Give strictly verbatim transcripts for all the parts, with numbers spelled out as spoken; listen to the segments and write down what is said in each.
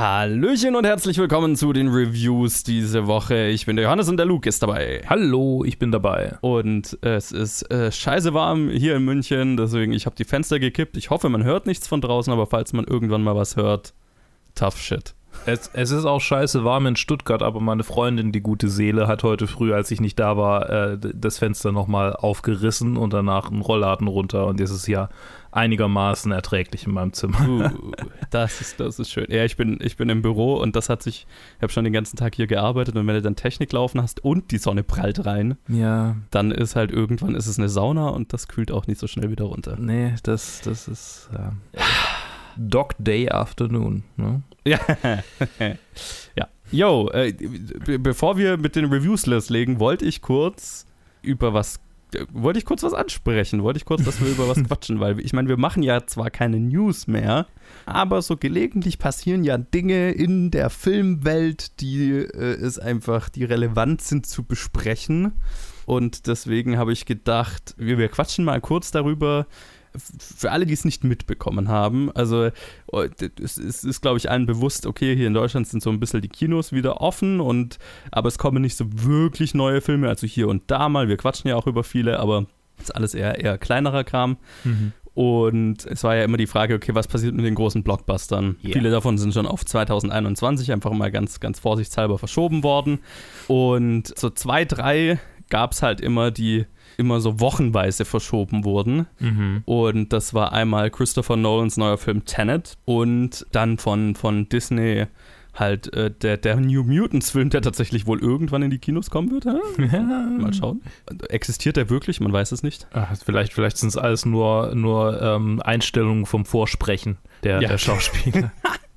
Hallöchen und herzlich willkommen zu den Reviews diese Woche. Ich bin der Johannes und der Luke ist dabei. Hallo, ich bin dabei. Und es ist äh, scheiße warm hier in München, deswegen ich habe die Fenster gekippt. Ich hoffe, man hört nichts von draußen, aber falls man irgendwann mal was hört, tough shit. Es, es ist auch scheiße warm in Stuttgart, aber meine Freundin, die gute Seele, hat heute früh, als ich nicht da war, äh, das Fenster nochmal aufgerissen und danach einen Rollladen runter und jetzt ist es ja einigermaßen erträglich in meinem Zimmer. Uh, das ist, das ist schön. Ja, ich bin, ich bin im Büro und das hat sich, ich habe schon den ganzen Tag hier gearbeitet und wenn du dann Technik laufen hast und die Sonne prallt rein, ja, dann ist halt irgendwann ist es eine Sauna und das kühlt auch nicht so schnell wieder runter. Nee, das, das ist ja. Dog Day Afternoon, ne? Ja. Ja. Yo, äh, b- bevor wir mit den Reviews loslegen, wollte ich kurz über was wollte ich kurz was ansprechen, wollte ich kurz, dass wir über was quatschen, weil ich meine, wir machen ja zwar keine News mehr, aber so gelegentlich passieren ja Dinge in der Filmwelt, die äh, es einfach, die relevant sind zu besprechen und deswegen habe ich gedacht, wir, wir quatschen mal kurz darüber. Für alle, die es nicht mitbekommen haben, also es ist, ist glaube ich, allen bewusst, okay, hier in Deutschland sind so ein bisschen die Kinos wieder offen, und aber es kommen nicht so wirklich neue Filme, also hier und da mal, wir quatschen ja auch über viele, aber es ist alles eher, eher kleinerer Kram. Mhm. Und es war ja immer die Frage, okay, was passiert mit den großen Blockbustern? Yeah. Viele davon sind schon auf zwanzig einundzwanzig einfach mal ganz, ganz vorsichtshalber verschoben worden und so zwei, drei gab es halt immer, die immer so wochenweise verschoben wurden. Mhm. Und das war einmal Christopher Nolans neuer Film Tenet und dann von, von Disney halt äh, der, der New Mutants-Film, der tatsächlich wohl irgendwann in die Kinos kommen wird. Ja? Mal schauen. Existiert der wirklich? Man weiß es nicht. Ach, vielleicht vielleicht sind es alles nur, nur ähm, Einstellungen vom Vorsprechen der, ja. der Schauspieler.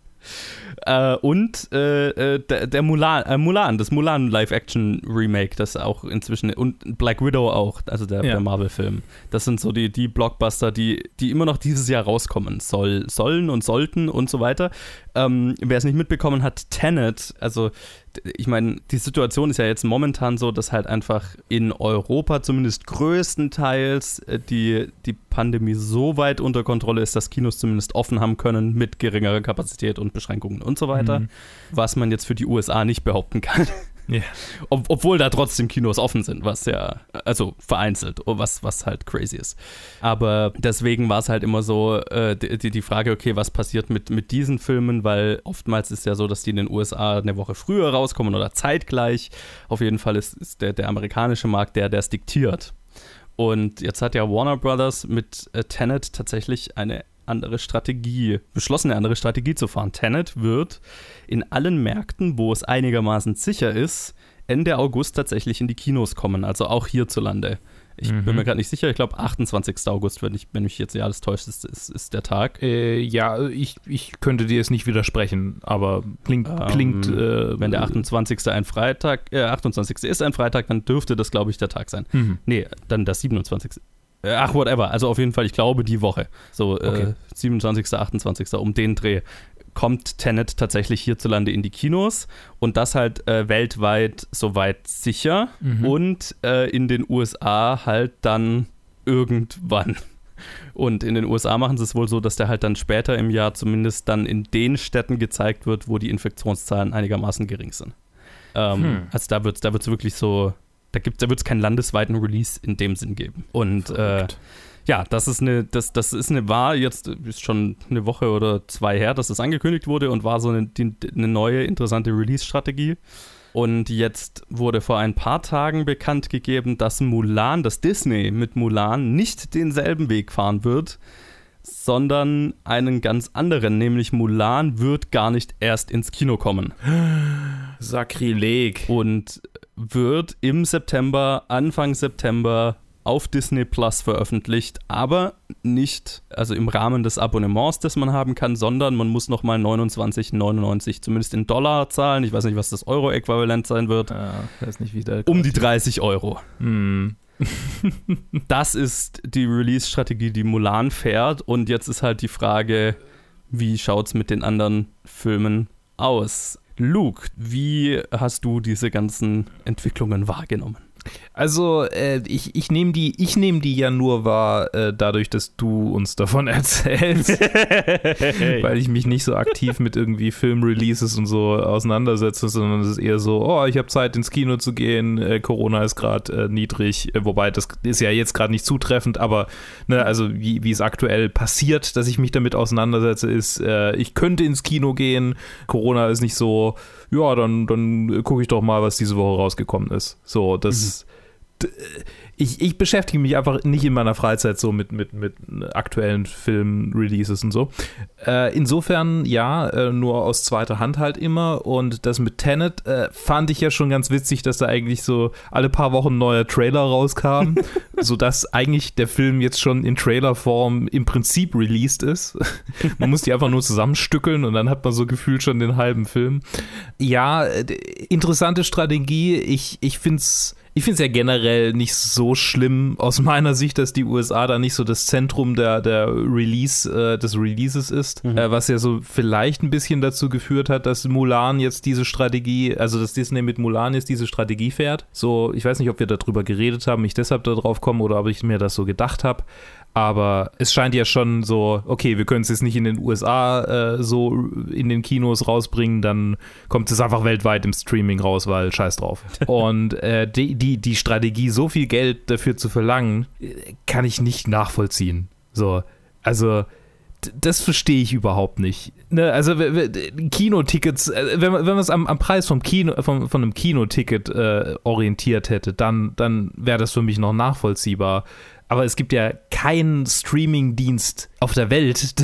Uh, und äh, der, der Mulan, äh, Mulan, das Mulan Live-Action-Remake, das auch inzwischen, und Black Widow auch, also der, ja. der Marvel-Film. Das sind so die, die Blockbuster, die, die immer noch dieses Jahr rauskommen soll, sollen und sollten und so weiter. Ähm, wer es nicht mitbekommen hat, Tenet, also ich meine, die Situation ist ja jetzt momentan so, dass halt einfach in Europa zumindest größtenteils die, die Pandemie so weit unter Kontrolle ist, dass Kinos zumindest offen haben können mit geringerer Kapazität und Beschränkungen und so weiter, mhm. was man jetzt für die U S A nicht behaupten kann. Yeah. Ob, obwohl da trotzdem Kinos offen sind, was ja, also vereinzelt, was, was halt crazy ist. Aber deswegen war es halt immer so äh, die, die Frage, okay, was passiert mit, mit diesen Filmen, weil oftmals ist ja so, dass die in den U S A eine Woche früher rauskommen oder zeitgleich. Auf jeden Fall ist, ist der, der amerikanische Markt der, der es diktiert. Und jetzt hat ja Warner Brothers mit äh, Tenet tatsächlich eine andere Strategie, beschlossen, eine andere Strategie zu fahren. Tenet wird in allen Märkten, wo es einigermaßen sicher ist, Ende August tatsächlich in die Kinos kommen, also auch hierzulande. Ich mhm. bin mir gerade nicht sicher, ich glaube achtundzwanzigsten August, wenn, ich, wenn mich jetzt nicht alles täuscht, ist, ist, ist der Tag. Äh, ja, ich, ich könnte dir jetzt nicht widersprechen, aber klingt... Ähm, klingt äh, wenn der achtundzwanzigste ein Freitag, äh, achtundzwanzigste ist ein Freitag, dann dürfte das, glaube ich, der Tag sein. Mhm. Nee, dann der siebenundzwanzigste Ach, whatever. Also auf jeden Fall, ich glaube, die Woche. So okay. äh, siebenundzwanzigsten achtundzwanzigsten um den Dreh kommt Tenet tatsächlich hierzulande in die Kinos und das halt äh, weltweit soweit sicher mhm. und äh, in den U S A halt dann irgendwann. Und in den U S A machen sie es wohl so, dass der halt dann später im Jahr zumindest dann in den Städten gezeigt wird, wo die Infektionszahlen einigermaßen gering sind. Ähm, hm. Also da wird es da wird's wirklich so... Da, da wird es keinen landesweiten Release in dem Sinn geben. Und äh, ja, das ist eine, das, das ist eine, war jetzt ist schon eine Woche oder zwei her, dass das angekündigt wurde und war so eine, die, eine neue, interessante Release-Strategie. Und jetzt wurde vor ein paar Tagen bekannt gegeben, dass Mulan, dass Disney mit Mulan nicht denselben Weg fahren wird, sondern einen ganz anderen, nämlich Mulan wird gar nicht erst ins Kino kommen. Sakrileg. Und wird im September, Anfang September auf Disney Plus veröffentlicht, aber nicht, also im Rahmen des Abonnements, das man haben kann, sondern man muss nochmal neunundzwanzig neunundneunzig, zumindest in Dollar zahlen. Ich weiß nicht, was das Euro-Äquivalent sein wird. Ja, weiß nicht, wie der um die dreißig Euro. Hm. Das ist die Release-Strategie, die Mulan fährt, und jetzt ist halt die Frage, wie schaut's mit den anderen Filmen aus? Luke, wie hast du diese ganzen Entwicklungen wahrgenommen? Also äh, ich, ich nehme die, ich nehm die ja nur wahr, äh, dadurch, dass du uns davon erzählst, weil ich mich nicht so aktiv mit irgendwie Filmreleases und so auseinandersetze, sondern es ist eher so, oh, ich habe Zeit ins Kino zu gehen, äh, Corona ist gerade äh, niedrig, äh, wobei das ist ja jetzt gerade nicht zutreffend, aber ne, also wie, wie es aktuell passiert, dass ich mich damit auseinandersetze, ist, äh, ich könnte ins Kino gehen, Corona ist nicht so, ja, dann, dann gucke ich doch mal, was diese Woche rausgekommen ist. So, das mhm. ich, ich beschäftige mich einfach nicht in meiner Freizeit so mit, mit, mit aktuellen Film-Releases und so. Äh, insofern, ja, äh, nur aus zweiter Hand halt immer. Und das mit Tenet äh, fand ich ja schon ganz witzig, dass da eigentlich so alle paar Wochen ein neuer Trailer rauskam, sodass eigentlich der Film jetzt schon in Trailerform im Prinzip released ist. Man muss die einfach nur zusammenstückeln und dann hat man so gefühlt schon den halben Film. Ja, interessante Strategie. Ich, ich finde es Ich finde es ja generell nicht so schlimm aus meiner Sicht, dass die U S A da nicht so das Zentrum der, der Release, äh, des Releases ist, mhm. äh, was ja so vielleicht ein bisschen dazu geführt hat, dass Mulan jetzt diese Strategie, also dass Disney mit Mulan jetzt diese Strategie fährt. So, ich weiß nicht, ob wir darüber geredet haben, ich deshalb da drauf komme oder ob ich mir das so gedacht habe. Aber es scheint ja schon so, okay, wir können es jetzt nicht in den U S A äh, so in den Kinos rausbringen, dann kommt es einfach weltweit im Streaming raus, weil scheiß drauf. Und äh, die, die, die Strategie, so viel Geld dafür zu verlangen, kann ich nicht nachvollziehen. So, also das verstehe ich überhaupt nicht. Ne, also Kinotickets, wenn man, wenn man es am, am Preis vom Kino, von, von einem Kinoticket äh, orientiert hätte, dann, dann wäre das für mich noch nachvollziehbar. Aber es gibt ja keinen Streaming-Dienst auf der Welt,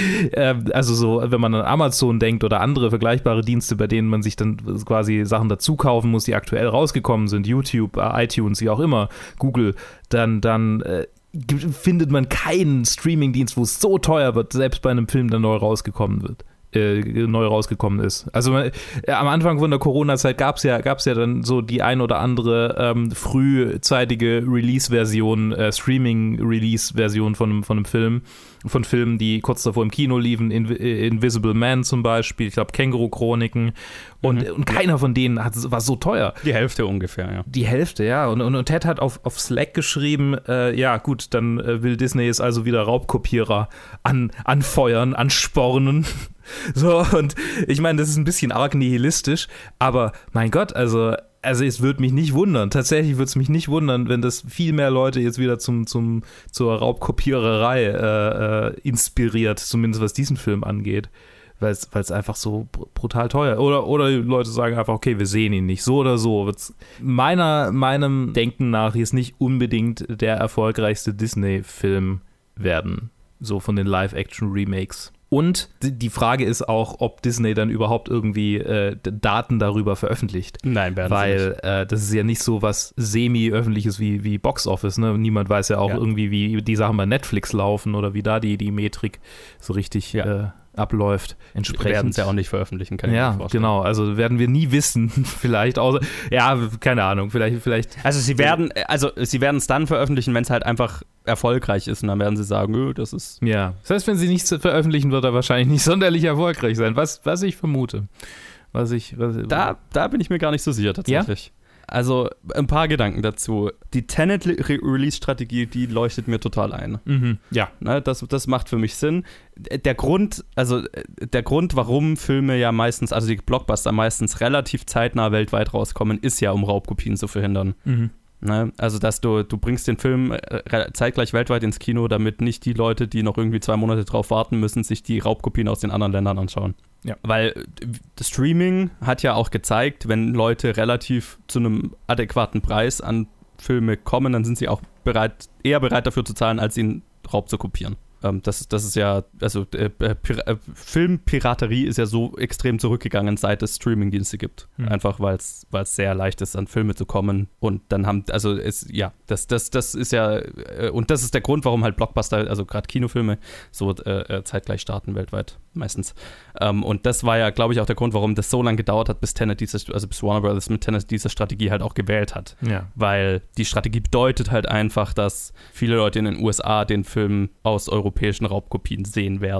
also so, wenn man an Amazon denkt oder andere vergleichbare Dienste, bei denen man sich dann quasi Sachen dazu kaufen muss, die aktuell rausgekommen sind, YouTube, iTunes, wie auch immer, Google, dann, dann äh, findet man keinen Streaming-Dienst, wo es so teuer wird, selbst bei einem Film, der neu rausgekommen wird. Äh, neu rausgekommen ist. Also äh, am Anfang von der Corona-Zeit gab es ja, gab's ja dann so die ein oder andere ähm, frühzeitige Release-Version, äh, Streaming-Release-Version von einem, von einem Film, von Filmen, die kurz davor im Kino liefen, In- Invisible Man zum Beispiel, ich glaube Känguru-Chroniken und, mhm. und keiner von denen hat, war so teuer. Die Hälfte ungefähr, ja. Die Hälfte, ja. Und, und, und Ted hat auf, auf Slack geschrieben, äh, ja gut, dann äh, will Disney jetzt also wieder Raubkopierer an, anfeuern, anspornen. So, und ich meine, das ist ein bisschen arg nihilistisch, aber mein Gott, also, also es würde mich nicht wundern, tatsächlich würde es mich nicht wundern, wenn das viel mehr Leute jetzt wieder zum, zum, zur Raubkopiererei äh, äh, inspiriert, zumindest was diesen Film angeht, weil es einfach so br- brutal teuer ist. Oder, oder die Leute sagen einfach, okay, wir sehen ihn nicht, so oder so. Wird's meiner, meinem Denken nach jetzt nicht unbedingt der erfolgreichste Disney-Film werden, so von den Live-Action-Remakes. Und die Frage ist auch, ob Disney dann überhaupt irgendwie äh, Daten darüber veröffentlicht. Nein, werden Weil sie nicht. Äh, das ist ja nicht so was semi-öffentliches wie, wie Box Office. Ne? Niemand weiß ja auch ja. irgendwie, wie die Sachen bei Netflix laufen oder wie da die, die Metrik so richtig ja. äh, abläuft. Entsprechend werden es ja auch nicht veröffentlichen, kann ich ja, mir vorstellen. Genau. Also werden wir nie wissen, vielleicht. Außer, ja, keine Ahnung. Vielleicht, vielleicht. Also sie werden, also sie werden es dann veröffentlichen, wenn es halt einfach erfolgreich ist. Und dann werden sie sagen, öh, das ist. Ja. Das heißt, wenn sie nichts veröffentlichen, wird er wahrscheinlich nicht sonderlich erfolgreich sein. Was, was ich vermute. Was ich. Was, da, da bin ich mir gar nicht so sicher tatsächlich. Ja? Also ein paar Gedanken dazu. Die Tenet-Release-Strategie, die leuchtet mir total ein. Mhm, ja. Ne, das, das macht für mich Sinn. Der Grund, also der Grund, warum Filme ja meistens, also die Blockbuster meistens relativ zeitnah weltweit rauskommen, ist ja, um Raubkopien zu verhindern. Mhm. Ne? Also, dass du, du bringst den Film zeitgleich weltweit ins Kino, damit nicht die Leute, die noch irgendwie zwei Monate drauf warten müssen, sich die Raubkopien aus den anderen Ländern anschauen. Ja. Weil das Streaming hat ja auch gezeigt, wenn Leute relativ zu einem adäquaten Preis an Filme kommen, dann sind sie auch bereit, eher bereit dafür zu zahlen, als ihn Raub zu kopieren. Ähm, das, das ist ja, also äh, Pir- äh, Filmpiraterie ist ja so extrem zurückgegangen, seit es Streamingdienste gibt. Mhm. Einfach weil es sehr leicht ist, an Filme zu kommen. Und dann haben, also es, ja, das, das, das ist ja, äh, und das ist der Grund, warum halt Blockbuster, also gerade Kinofilme, so äh, zeitgleich starten weltweit meistens. Ähm, und das war ja, glaube ich, auch der Grund, warum das so lange gedauert hat, bis Tenet diese, also bis Warner Brothers mit Tenet diese Strategie halt auch gewählt hat. Ja. Weil die Strategie bedeutet halt einfach, dass viele Leute in den U S A den Film aus europäischen Raubkopien sehen werden.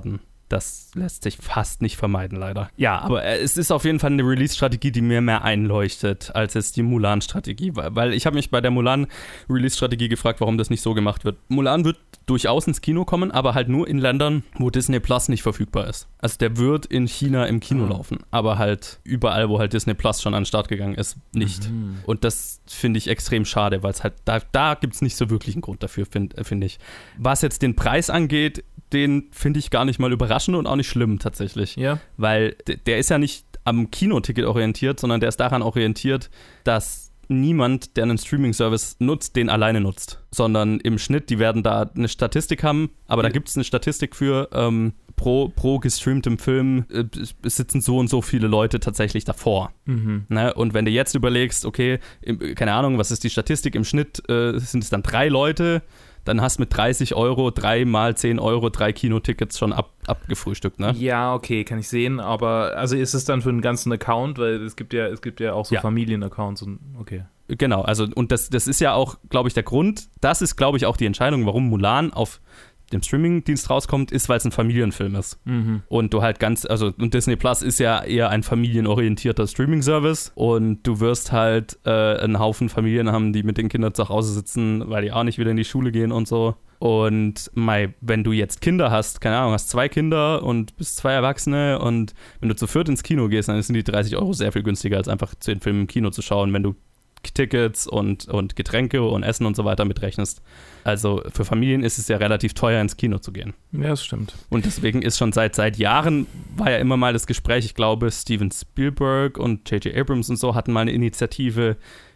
Das lässt sich fast nicht vermeiden, leider. Ja, aber es ist auf jeden Fall eine Release-Strategie, die mir mehr einleuchtet, als jetzt die Mulan-Strategie. Weil ich habe mich bei der Mulan-Release-Strategie gefragt, warum das nicht so gemacht wird. Mulan wird durchaus ins Kino kommen, aber halt nur in Ländern, wo Disney Plus nicht verfügbar ist. Also der wird in China im Kino mhm. laufen, aber halt überall, wo halt Disney Plus schon an den Start gegangen ist, nicht. Mhm. Und das finde ich extrem schade, weil es halt, da, da gibt es nicht so wirklich einen Grund dafür, finde find ich. Was jetzt den Preis angeht, den finde ich gar nicht mal überraschend und auch nicht schlimm tatsächlich. Ja. Weil d- der ist ja nicht am Kinoticket orientiert, sondern der ist daran orientiert, dass niemand, der einen Streaming-Service nutzt, den alleine nutzt. Sondern im Schnitt, die werden da eine Statistik haben, aber da gibt es eine Statistik für ähm, pro, pro gestreamtem Film äh, sitzen so und so viele Leute tatsächlich davor. Mhm. Ne? Und wenn du jetzt überlegst, okay, im, keine Ahnung, was ist die Statistik, im Schnitt äh, sind es dann drei Leute, dann hast du mit dreißig Euro, drei mal zehn Euro, drei Kinotickets schon ab, abgefrühstückt, ne? Ja, okay, kann ich sehen, aber also ist es dann für einen ganzen Account, weil es gibt ja, es gibt ja auch so ja. Familienaccounts und okay. Genau, also und das, das ist ja auch, glaube ich, der Grund, das ist, glaube ich, auch die Entscheidung, warum Mulan auf dem Streamingdienst rauskommt, ist, weil es ein Familienfilm ist. Mhm. Und du halt ganz, also und Disney Plus ist ja eher ein familienorientierter Streaming-Service und du wirst halt äh, einen Haufen Familien haben, die mit den Kindern zu Hause sitzen, weil die auch nicht wieder in die Schule gehen und so. Und mei, wenn du jetzt Kinder hast, keine Ahnung, hast zwei Kinder und bist zwei Erwachsene und wenn du zu viert ins Kino gehst, dann sind die dreißig Euro sehr viel günstiger, als einfach den Film im Kino zu schauen, wenn du Tickets und, und Getränke und Essen und so weiter mitrechnest. Also für Familien ist es ja relativ teuer, ins Kino zu gehen. Ja, das stimmt. Und deswegen ist schon seit, seit Jahren, war ja immer mal das Gespräch, ich glaube, Steven Spielberg und J J Abrams und so hatten mal eine Initiative,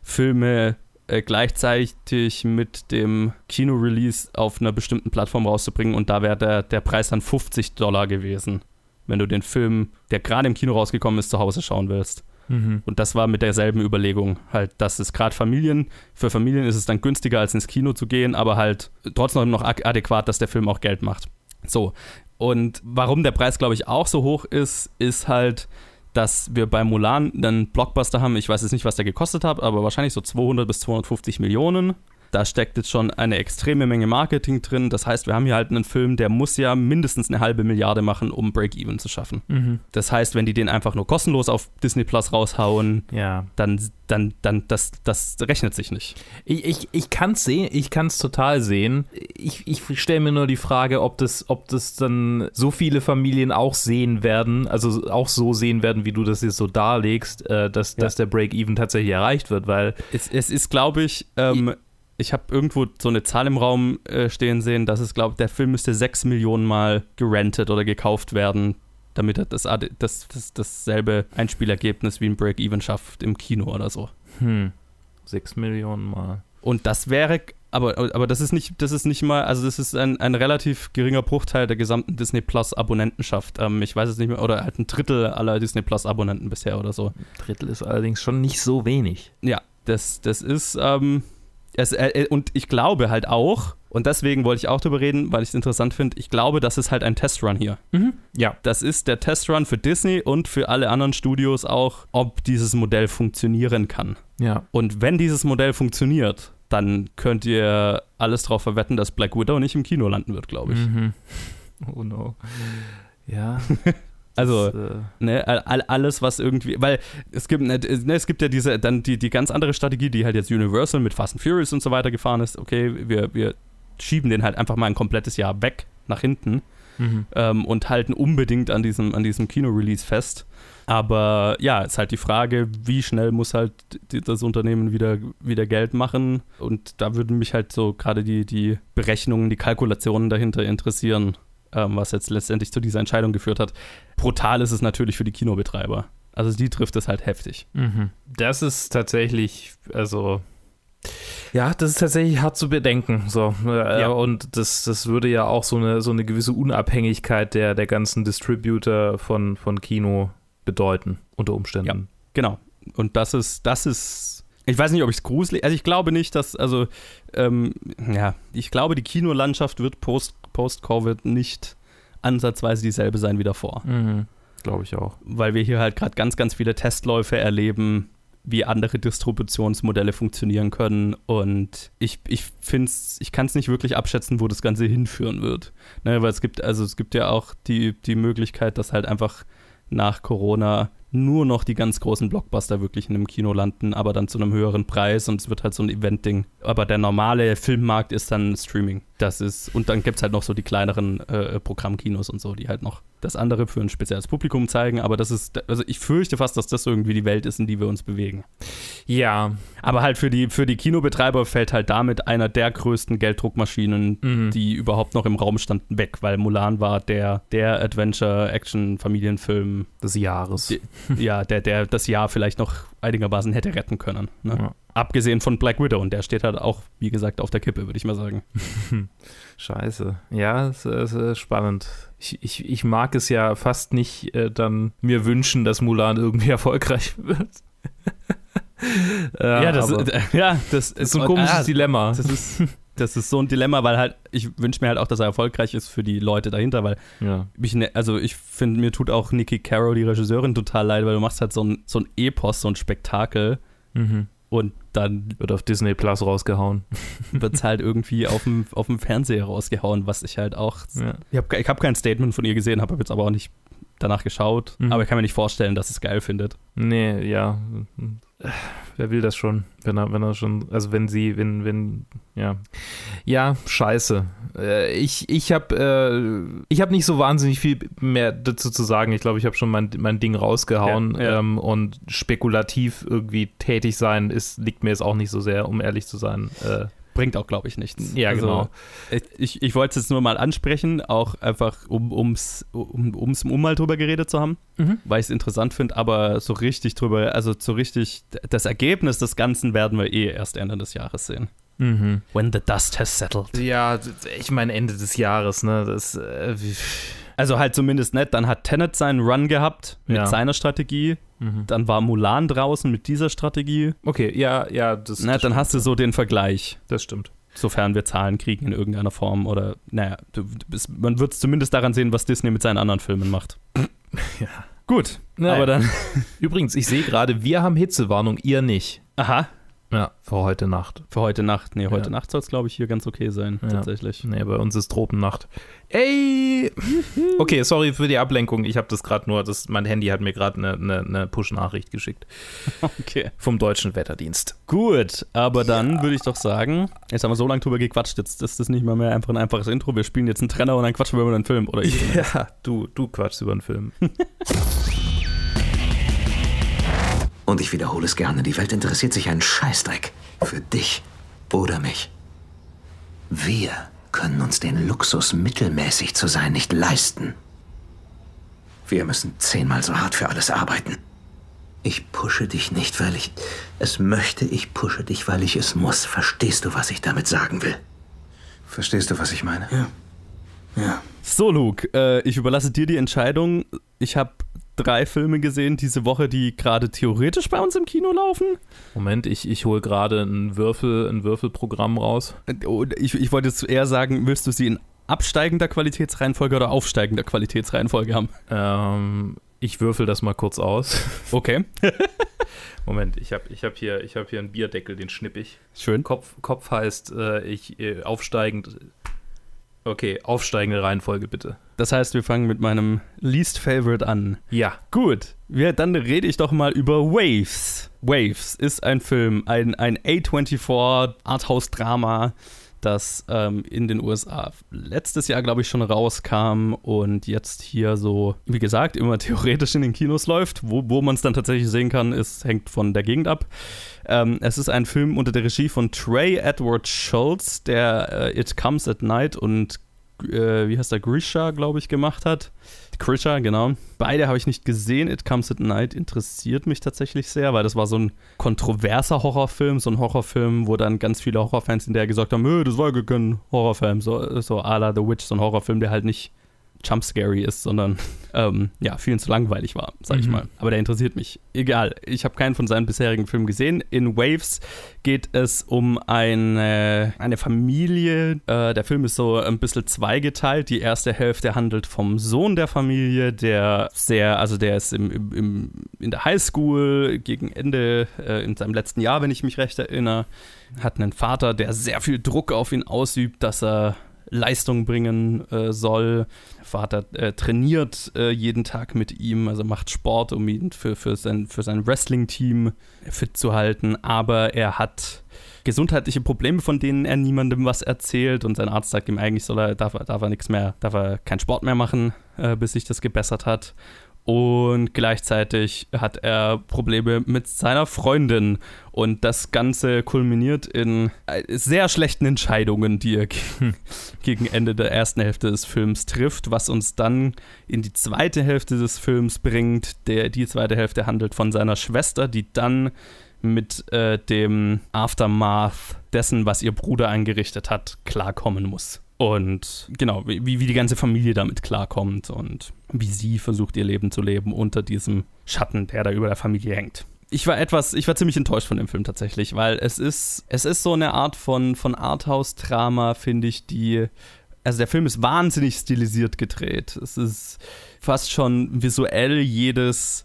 Filme äh, gleichzeitig mit dem Kino-Release auf einer bestimmten Plattform rauszubringen und da wäre der, der Preis dann fünfzig Dollar gewesen, wenn du den Film, der gerade im Kino rausgekommen ist, zu Hause schauen willst. Mhm. Und das war mit derselben Überlegung, halt, dass es gerade Familien, für Familien ist es dann günstiger, als ins Kino zu gehen, aber halt trotzdem noch adäquat, dass der Film auch Geld macht. So, und warum der Preis, glaube ich, auch so hoch ist, ist halt, dass wir bei Mulan einen Blockbuster haben, ich weiß jetzt nicht, was der gekostet hat, aber wahrscheinlich so zweihundert bis zweihundertfünfzig Millionen. Da steckt jetzt schon eine extreme Menge Marketing drin. Das heißt, wir haben hier halt einen Film, der muss ja mindestens eine halbe Milliarde machen, um Break-Even zu schaffen. Mhm. Das heißt, wenn die den einfach nur kostenlos auf Disney Plus raushauen, ja. dann, dann, dann das, das rechnet sich nicht. Ich, ich, ich kann es sehen, ich kann es total sehen. Ich, ich stelle mir nur die Frage, ob das, ob das dann so viele Familien auch sehen werden, also auch so sehen werden, wie du das jetzt so darlegst, äh, dass, ja. dass der Break-Even tatsächlich erreicht wird, weil es, es ist, glaube ich, ähm, ich Ich habe irgendwo so eine Zahl im Raum äh, stehen sehen, dass es, glaube ich, der Film müsste sechs Millionen Mal gerentet oder gekauft werden, damit er das, das, das, dasselbe Einspielergebnis wie ein Break-Even schafft im Kino oder so. Hm, sechs Millionen Mal. Und das wäre, aber, aber das ist nicht, das ist nicht mal, also das ist ein, ein relativ geringer Bruchteil der gesamten Disney Plus Abonnentenschaft. Ähm, ich weiß es nicht mehr, oder halt ein Drittel aller Disney Plus Abonnenten bisher oder so. Ein Drittel ist allerdings schon nicht so wenig. Ja, das, das ist, ähm, Es, äh, und ich glaube halt auch, und deswegen wollte ich auch drüber reden, weil ich es interessant finde, ich glaube, das ist halt ein Testrun hier. Mhm. Ja. Das ist der Testrun für Disney und für alle anderen Studios auch, ob dieses Modell funktionieren kann. Ja. Und wenn dieses Modell funktioniert, dann könnt ihr alles drauf verwetten, dass Black Widow nicht im Kino landen wird, glaube ich. Mhm. Oh no. Ja. Also, das, äh ne, alles, was irgendwie, weil es gibt, ne, es gibt ja diese, dann die, die ganz andere Strategie, die halt jetzt Universal mit Fast and Furious und so weiter gefahren ist. Okay, wir, wir schieben den halt einfach mal ein komplettes Jahr weg, nach hinten mhm. ähm, und halten unbedingt an diesem, an diesem Kino-Release fest. Aber ja, ist halt die Frage, wie schnell muss halt das Unternehmen wieder, wieder Geld machen. Und da würden mich halt so gerade die, die Berechnungen, die Kalkulationen dahinter interessieren, was jetzt letztendlich zu dieser Entscheidung geführt hat. Brutal ist es natürlich für die Kinobetreiber. Also die trifft es halt heftig. Mhm. Das ist tatsächlich, also ja, das ist tatsächlich hart zu bedenken. So. Ja. Und das, das würde ja auch so eine, so eine gewisse Unabhängigkeit der, der ganzen Distributor von, von Kino bedeuten, unter Umständen. Ja, genau. Und das ist, das ist Ich weiß nicht, ob ich es gruselig, also ich glaube nicht, dass, also, ähm, ja, ich glaube, die Kinolandschaft wird post, post-Covid nicht ansatzweise dieselbe sein wie davor. Mhm, glaube ich auch. Weil wir hier halt gerade ganz, ganz viele Testläufe erleben, wie andere Distributionsmodelle funktionieren können. Und ich, ich finde es, ich kann es nicht wirklich abschätzen, wo das Ganze hinführen wird. Ne, weil es gibt, also es gibt ja auch die, die Möglichkeit, dass halt einfach nach Corona nur noch die ganz großen Blockbuster wirklich in einem Kino landen, aber dann zu einem höheren Preis und es wird halt so ein Event-Ding. Aber der normale Filmmarkt ist dann Streaming. Das ist, und dann gibt es halt noch so die kleineren äh, Programmkinos und so, die halt noch das andere für ein spezielles Publikum zeigen, aber das ist, also ich fürchte fast, dass das irgendwie die Welt ist, in die wir uns bewegen. Ja. Aber halt für die, für die Kinobetreiber fällt halt damit einer der größten Gelddruckmaschinen, mhm. die überhaupt noch im Raum standen, weg, weil Mulan war der, der Adventure-Action-Familienfilm des Jahres. Die, ja, der, der das Jahr vielleicht noch einigermaßen hätte retten können. Ne? Ja. Abgesehen von Black Widow, und der steht halt auch, wie gesagt, auf der Kippe, würde ich mal sagen. Scheiße. Ja, es ist spannend. Ich, ich, ich mag es ja fast nicht äh, dann mir wünschen, dass Mulan irgendwie erfolgreich wird. ja, ja, das, äh, ja, das ist so ein komisches ah, Dilemma. Das ist, das ist so ein Dilemma, weil halt, ich wünsche mir halt auch, dass er erfolgreich ist für die Leute dahinter, weil ja. ich, also ich finde, mir tut auch Nikki Caro, die Regisseurin, total leid, weil du machst halt so ein, so ein Epos, so ein Spektakel mhm. und dann wird auf Disney Plus rausgehauen. Wird es halt irgendwie auf dem, auf dem Fernseher rausgehauen, was ich halt auch, ja. ich habe ich hab kein Statement von ihr gesehen, habe jetzt aber auch nicht danach geschaut, mhm. aber ich kann mir nicht vorstellen, dass es geil findet. Nee, ja. Wer will das schon? Wenn er, wenn er schon, also wenn sie, wenn, wenn, ja. Ja, scheiße. Äh, ich ich habe äh, ich hab nicht so wahnsinnig viel mehr dazu zu sagen. Ich glaube, ich habe schon mein, mein Ding rausgehauen. Ja, ja. Ähm, und spekulativ irgendwie tätig sein ist, liegt mir jetzt auch nicht so sehr, um ehrlich zu sein. Äh, Bringt auch, glaube ich, nichts. Ja, also, genau. Ich, ich wollte es jetzt nur mal ansprechen, auch einfach, um ums, um, ums um mal drüber geredet zu haben, mhm. weil ich es interessant finde, aber so richtig drüber, also so richtig, das Ergebnis des Ganzen werden wir eh erst Ende des Jahres sehen. Mhm. When the dust has settled. Ja, ich meine Ende des Jahres, ne, das äh, wie Also halt zumindest nicht, dann hat Tenet seinen Run gehabt mit ja. seiner Strategie, mhm. dann war Mulan draußen mit dieser Strategie. Okay, ja, ja, das, Na, das dann stimmt. hast du so den Vergleich. Das stimmt. Sofern wir Zahlen kriegen in irgendeiner Form oder, naja, du, du bist, man wird es zumindest daran sehen, was Disney mit seinen anderen Filmen macht. Ja. Gut, naja. aber dann... Übrigens, ich sehe gerade, wir haben Hitzewarnung, ihr nicht. Aha. Ja, für heute Nacht. Für heute Nacht. Nee, heute ja. Nacht soll es, glaube ich, hier ganz okay sein, ja. tatsächlich. Nee, bei uns ist Tropennacht. Ey! Okay, sorry für die Ablenkung. Ich habe das gerade nur, das, mein Handy hat mir gerade eine ne, ne Push-Nachricht geschickt. Okay. Vom Deutschen Wetterdienst. Gut, aber dann ja. würde ich doch sagen, jetzt haben wir so lange drüber gequatscht, jetzt ist das nicht mal mehr einfach ein einfaches Intro. Wir spielen jetzt einen Trenner und dann quatschen wir über einen Film, oder ich? Ja, du, du quatschst über einen Film. Und ich wiederhole es gerne, die Welt interessiert sich einen Scheißdreck für dich oder mich. Wir können uns den Luxus, mittelmäßig zu sein, nicht leisten. Wir müssen zehnmal so hart für alles arbeiten. Ich pushe dich nicht, weil ich es möchte. Ich pushe dich, weil ich es muss. Verstehst du, was ich damit sagen will? Verstehst du, was ich meine? Ja. Ja. So, Luke, äh, ich überlasse dir die Entscheidung. Ich habe drei Filme gesehen diese Woche, die gerade theoretisch bei uns im Kino laufen. Moment, ich, ich hole gerade ein Würfel, ein Würfelprogramm raus. Ich, ich wollte jetzt eher sagen, willst du sie in absteigender Qualitätsreihenfolge oder aufsteigender Qualitätsreihenfolge haben? Ähm, ich würfel das mal kurz aus. Okay. Moment, ich habe ich hab hier, ich hab hier einen Bierdeckel, den schnipp ich. Schön. Kopf, Kopf heißt, äh, ich äh, aufsteigend... Okay, aufsteigende Reihenfolge bitte. Das heißt, wir fangen mit meinem Least Favorite an. Ja. Gut, wir, dann rede ich doch mal über Waves. Waves ist ein Film, ein, ein A vierundzwanzig Arthouse-Drama, das ähm, in den U S A letztes Jahr, glaube ich, schon rauskam und jetzt hier so, wie gesagt, immer theoretisch in den Kinos läuft. Wo, wo man es dann tatsächlich sehen kann, ist, hängt von der Gegend ab. Ähm, es ist ein Film unter der Regie von Trey Edward Schultz, der äh, It Comes at Night und äh, wie heißt der, Grisha, glaube ich, gemacht hat. Grisha, genau. Beide habe ich nicht gesehen. It Comes at Night interessiert mich tatsächlich sehr, weil das war so ein kontroverser Horrorfilm, so ein Horrorfilm, wo dann ganz viele Horrorfans hinterher gesagt haben, das war gar kein Horrorfilm, so, so à la The Witch, so ein Horrorfilm, der halt nicht jumpscary ist, sondern ähm, ja, vielen zu langweilig war, sag ich mhm. mal. Aber der interessiert mich. Egal, ich habe keinen von seinen bisherigen Filmen gesehen. In Waves geht es um eine, eine Familie. Äh, der Film ist so ein bisschen zweigeteilt. Die erste Hälfte handelt vom Sohn der Familie, der sehr, also der ist im, im, im, in der Highschool gegen Ende, äh, in seinem letzten Jahr, wenn ich mich recht erinnere, hat einen Vater, der sehr viel Druck auf ihn ausübt, dass er Leistung bringen äh, soll. Der Vater äh, trainiert äh, jeden Tag mit ihm, also macht Sport, um ihn für, für sein, für sein Wrestling-Team fit zu halten, aber er hat gesundheitliche Probleme, von denen er niemandem was erzählt, und sein Arzt sagt ihm eigentlich, soll er, darf, darf er nichts mehr, darf er keinen Sport mehr machen, äh, bis sich das gebessert hat. Und gleichzeitig hat er Probleme mit seiner Freundin. Und das Ganze kulminiert in sehr schlechten Entscheidungen, die er gegen, gegen Ende der ersten Hälfte des Films trifft, was uns dann in die zweite Hälfte des Films bringt. Der, die zweite Hälfte handelt von seiner Schwester, die dann mit äh, dem Aftermath dessen, was ihr Bruder angerichtet hat, klarkommen muss. Und genau, wie, wie die ganze Familie damit klarkommt und wie sie versucht, ihr Leben zu leben unter diesem Schatten, der da über der Familie hängt. Ich war etwas, ich war ziemlich enttäuscht von dem Film tatsächlich, weil es ist, es ist so eine Art von, von Arthouse-Drama, finde ich, die, also der Film ist wahnsinnig stilisiert gedreht. Es ist fast schon visuell jedes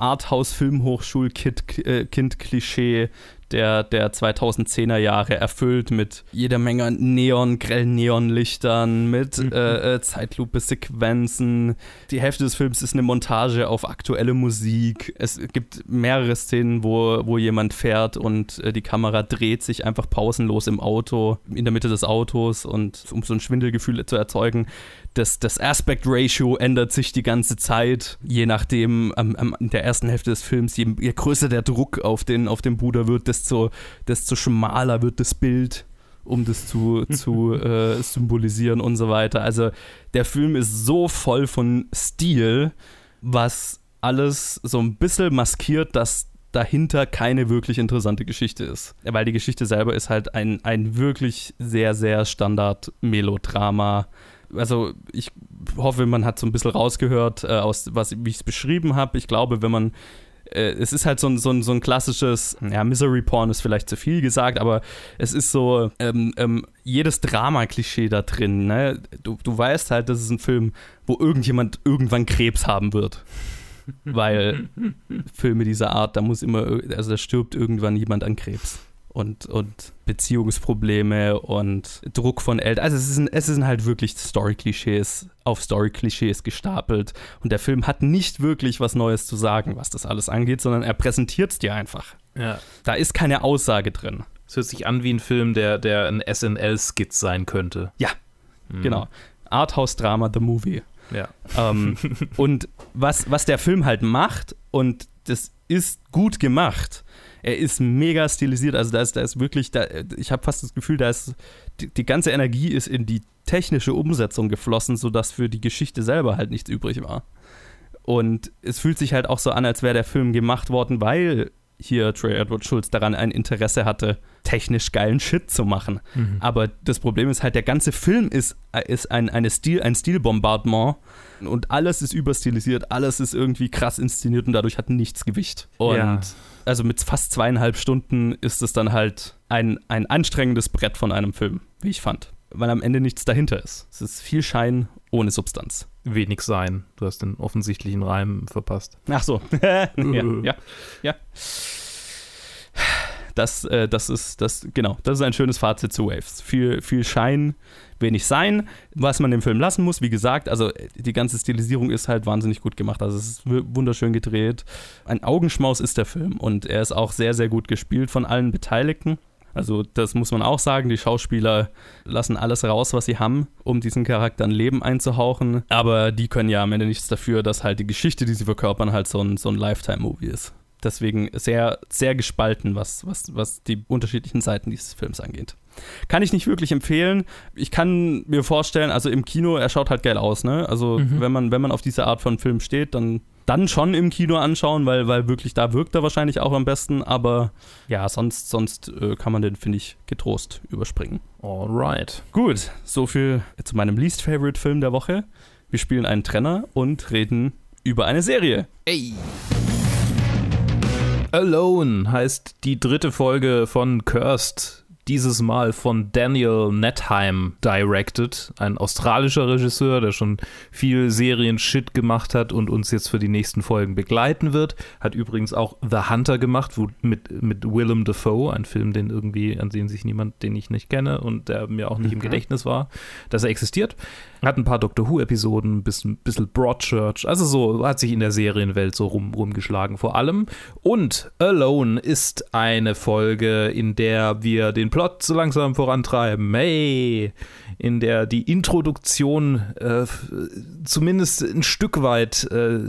Arthouse-Filmhochschul-Kind-Klischee der, der zweitausendzehner Jahre erfüllt, mit jeder Menge Neon, grellen Neonlichtern, mit mhm. äh, Zeitlupe-Sequenzen. Die Hälfte des Films ist eine Montage auf aktuelle Musik. Es gibt mehrere Szenen, wo, wo jemand fährt und äh, die Kamera dreht sich einfach pausenlos im Auto, in der Mitte des Autos, und um so ein Schwindelgefühl zu erzeugen. Das, das Aspect-Ratio ändert sich die ganze Zeit, je nachdem, ähm, ähm, in der ersten Hälfte des Films, je, je größer der Druck auf den, auf den Bruder wird, desto, desto schmaler wird das Bild, um das zu, zu äh, symbolisieren und so weiter. Also der Film ist so voll von Stil, was alles so ein bisschen maskiert, dass dahinter keine wirklich interessante Geschichte ist. Weil die Geschichte selber ist halt ein, ein wirklich sehr, sehr Standard-Melodrama. Also ich hoffe, man hat so ein bisschen rausgehört, äh, aus was, wie ich es beschrieben habe. Ich glaube, wenn man äh, es ist halt so ein, so ein, so ein klassisches, ja, Misery-Porn ist vielleicht zu viel gesagt, aber es ist so ähm, ähm, jedes Drama-Klischee da drin. Ne? Du, du weißt halt, das ist ein Film, wo irgendjemand irgendwann Krebs haben wird. Weil Filme dieser Art, da muss immer, also da stirbt irgendwann jemand an Krebs. Und, und Beziehungsprobleme und Druck von Eltern. Also es sind, es sind halt wirklich Story-Klischees auf Story-Klischees gestapelt. Und der Film hat nicht wirklich was Neues zu sagen, was das alles angeht, sondern er präsentiert es dir einfach. Ja. Da ist keine Aussage drin. Es hört sich an wie ein Film, der, der ein S N L-Skit sein könnte. Ja, mhm. Genau. Arthouse-Drama, The Movie. Ja. Ähm, und was, was der Film halt macht, und das ist gut gemacht, er ist mega stilisiert, also da ist, da ist wirklich, da, ich habe fast das Gefühl, da ist die, die ganze Energie ist in die technische Umsetzung geflossen, sodass für die Geschichte selber halt nichts übrig war. Und es fühlt sich halt auch so an, als wäre der Film gemacht worden, weil hier Trey Edward Shults daran ein Interesse hatte, technisch geilen Shit zu machen. Mhm. Aber das Problem ist halt, der ganze Film ist, ist ein, eine Stil, ein Stilbombardement und alles ist überstilisiert, alles ist irgendwie krass inszeniert und dadurch hat nichts Gewicht. Und ja. Also mit fast zweieinhalb Stunden ist es dann halt ein, ein anstrengendes Brett von einem Film, wie ich fand. Weil am Ende nichts dahinter ist. Es ist viel Schein ohne Substanz. Wenig Sein. Du hast den offensichtlichen Reim verpasst. Ach so. ja, ja, ja. Das, äh, das ist, das, genau, das ist ein schönes Fazit zu Waves. Viel, viel Schein, wenig Sein. Was man dem Film lassen muss, wie gesagt, also die ganze Stilisierung ist halt wahnsinnig gut gemacht. Also es ist wunderschön gedreht. Ein Augenschmaus ist der Film und er ist auch sehr, sehr gut gespielt von allen Beteiligten. Also das muss man auch sagen, die Schauspieler lassen alles raus, was sie haben, um diesen Charakteren Leben einzuhauchen. Aber die können ja am Ende nichts dafür, dass halt die Geschichte, die sie verkörpern, halt so ein, so ein Lifetime-Movie ist. Deswegen sehr, sehr gespalten, was, was, was die unterschiedlichen Seiten dieses Films angeht. Kann ich nicht wirklich empfehlen. Ich kann mir vorstellen, also im Kino, er schaut halt geil aus, ne? Also mhm. wenn man, wenn man auf diese Art von Film steht, dann, dann schon im Kino anschauen, weil, weil wirklich da wirkt er wahrscheinlich auch am besten. Aber ja, sonst, sonst äh, kann man den, finde ich, getrost überspringen. Alright. Gut, so viel zu meinem Least Favorite Film der Woche. Wir spielen einen Trenner und reden über eine Serie. Ey! Alone heißt die dritte Folge von Cursed. Dieses Mal von Daniel Nettheim directed, ein australischer Regisseur, der schon viel Serien-Shit gemacht hat und uns jetzt für die nächsten Folgen begleiten wird. Hat übrigens auch The Hunter gemacht, wo, mit, mit Willem Dafoe, ein Film, den irgendwie, an den sich niemand, den ich nicht kenne und der mir auch nicht mhm. im Gedächtnis war, dass er existiert. Hat ein paar Doctor Who-Episoden, ein bisschen, bisschen Broadchurch, also so hat sich in der Serienwelt so rum, rumgeschlagen vor allem. Und Alone ist eine Folge, in der wir den Plot so langsam vorantreiben. Hey! In der die Introduktion äh, zumindest ein Stück weit äh,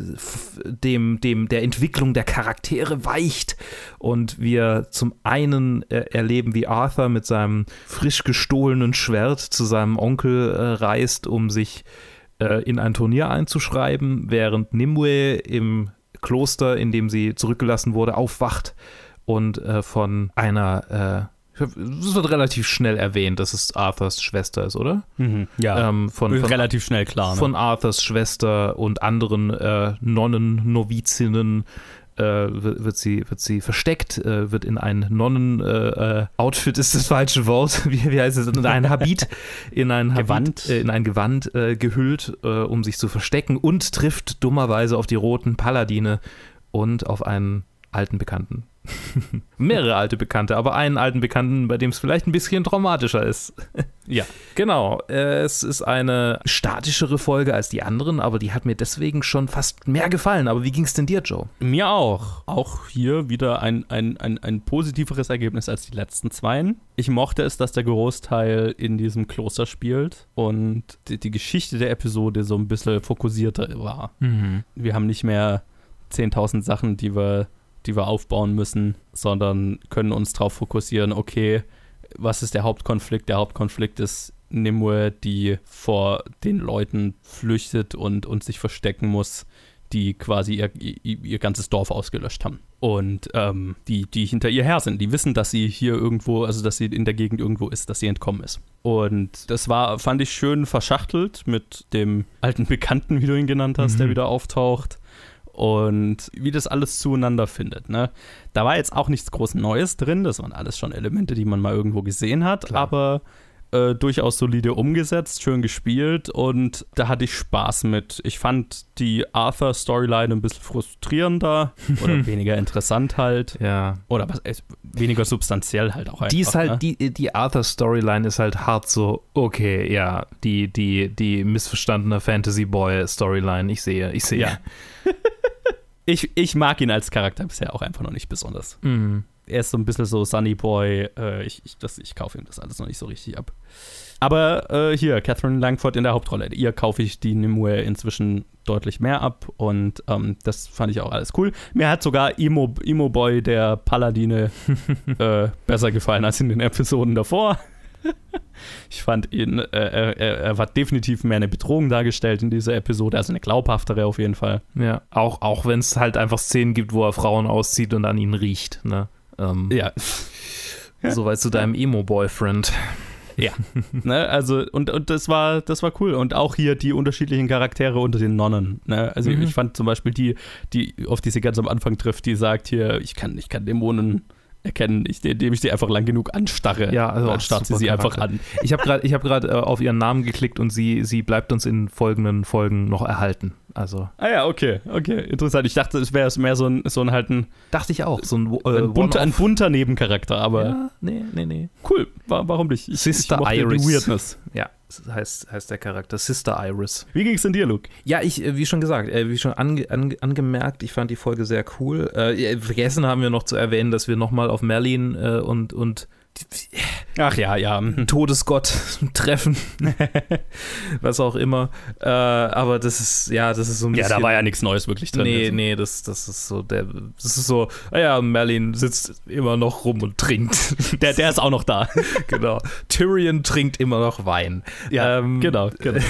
dem, dem, der Entwicklung der Charaktere weicht und wir zum einen äh, erleben, wie Arthur mit seinem frisch gestohlenen Schwert zu seinem Onkel äh, reist, um sich äh, in ein Turnier einzuschreiben, während Nimue im Kloster, in dem sie zurückgelassen wurde, aufwacht und äh, von einer äh, es wird relativ schnell erwähnt, dass es Arthurs Schwester ist, oder? Mhm, ja, ähm, von, von, relativ schnell klar. Ne? Von Arthurs Schwester und anderen äh, Nonnen, Novizinnen äh, wird, wird, sie, wird sie versteckt, äh, wird in ein Nonnen-Outfit, äh, ist das falsche Wort, wie, wie heißt es, in ein Habit, in ein Gewand, Habit, äh, in ein Gewand äh, gehüllt, äh, um sich zu verstecken und trifft dummerweise auf die roten Paladine und auf einen alten Bekannten. Mehrere alte Bekannte, aber einen alten Bekannten, bei dem es vielleicht ein bisschen traumatischer ist. Ja, genau. Es ist eine statischere Folge als die anderen, aber die hat mir deswegen schon fast mehr gefallen. Aber wie ging es denn dir, Joe? Mir auch. Auch hier wieder ein, ein, ein, ein positiveres Ergebnis als die letzten zweien. Ich mochte es, dass der Großteil in diesem Kloster spielt und die, die Geschichte der Episode so ein bisschen fokussierter war. Mhm. Wir haben nicht mehr zehntausend Sachen, die wir die wir aufbauen müssen, sondern können uns darauf fokussieren, okay, was ist der Hauptkonflikt? Der Hauptkonflikt ist Nimue, die vor den Leuten flüchtet und, und sich verstecken muss, die quasi ihr, ihr, ihr ganzes Dorf ausgelöscht haben. Und ähm, die, die hinter ihr her sind, die wissen, dass sie hier irgendwo, also dass sie in der Gegend irgendwo ist, dass sie entkommen ist. Und das war, fand ich schön verschachtelt mit dem alten Bekannten, wie du ihn genannt hast, mhm. der wieder auftaucht. Und wie das alles zueinander findet. Ne? Da war jetzt auch nichts groß Neues drin, das waren alles schon Elemente, die man mal irgendwo gesehen hat, Klar. aber äh, durchaus solide umgesetzt, schön gespielt und da hatte ich Spaß mit. Ich fand die Arthur-Storyline ein bisschen frustrierender oder weniger interessant halt. Ja. Oder was, äh, weniger substanziell halt auch einfach. Die ist halt, ne? die, die Arthur-Storyline ist halt hart so, okay, ja, die, die, die missverstandene Fantasy-Boy-Storyline, ich sehe, ich sehe. Ja. Ich, ich mag ihn als Charakter bisher auch einfach noch nicht besonders. Mhm. Er ist so ein bisschen so Sunny Boy. Äh, ich, ich, das, ich kaufe ihm das alles noch nicht so richtig ab. Aber äh, hier, Catherine Langford in der Hauptrolle. Ihr kaufe ich die Nimue inzwischen deutlich mehr ab. Und ähm, das fand ich auch alles cool. Mir hat sogar Emo, Emo Boy, der Paladine, äh, besser gefallen als in den Episoden davor. Ich fand ihn, äh, er, er war definitiv mehr eine Bedrohung dargestellt in dieser Episode, also eine glaubhaftere auf jeden Fall. Ja, auch, auch wenn es halt einfach Szenen gibt, wo er Frauen auszieht und an ihnen riecht, ne? Ähm, ja. Soweit zu deinem Emo-Boyfriend. Ja, ne, also und, und das war das war cool und auch hier die unterschiedlichen Charaktere unter den Nonnen, ne? Also mhm. ich fand zum Beispiel die, die auf die sie ganz am Anfang trifft, die sagt hier, ich kann, ich kann Dämonen erkennen, ich, indem ich sie einfach lang genug anstarre. Ja, also dann starrt sie sie einfach an. Ich habe gerade ich hab gerade äh, auf ihren Namen geklickt und sie, sie bleibt uns in folgenden Folgen noch erhalten. Also. Ah ja, okay, okay, interessant. Ich dachte, es wäre mehr so ein, so ein halt ein. Dachte ich auch, so ein, äh, ein, bunter, ein bunter Nebencharakter, aber. Ja, nee, nee, nee. Cool, warum nicht? Ich, Sister ich Iris. Die Weirdness. Ja, heißt, heißt der Charakter. Sister Iris. Wie ging's denn dir, Luke? Ja, ich, wie schon gesagt, wie schon ange, ange, angemerkt, ich fand die Folge sehr cool. Äh, vergessen haben wir noch zu erwähnen, dass wir nochmal auf Merlin äh, und, und Ach ja, ja. Todesgott treffen. Was auch immer. Äh, aber das ist, ja, das ist so ein bisschen. Ja, da war ja nichts Neues wirklich drin. Nee, also. nee, das, das ist so, der, das ist so, naja, Merlin sitzt immer noch rum und trinkt. Der, der ist auch noch da. Genau. Tyrion trinkt immer noch Wein. Ja, ähm, genau, genau.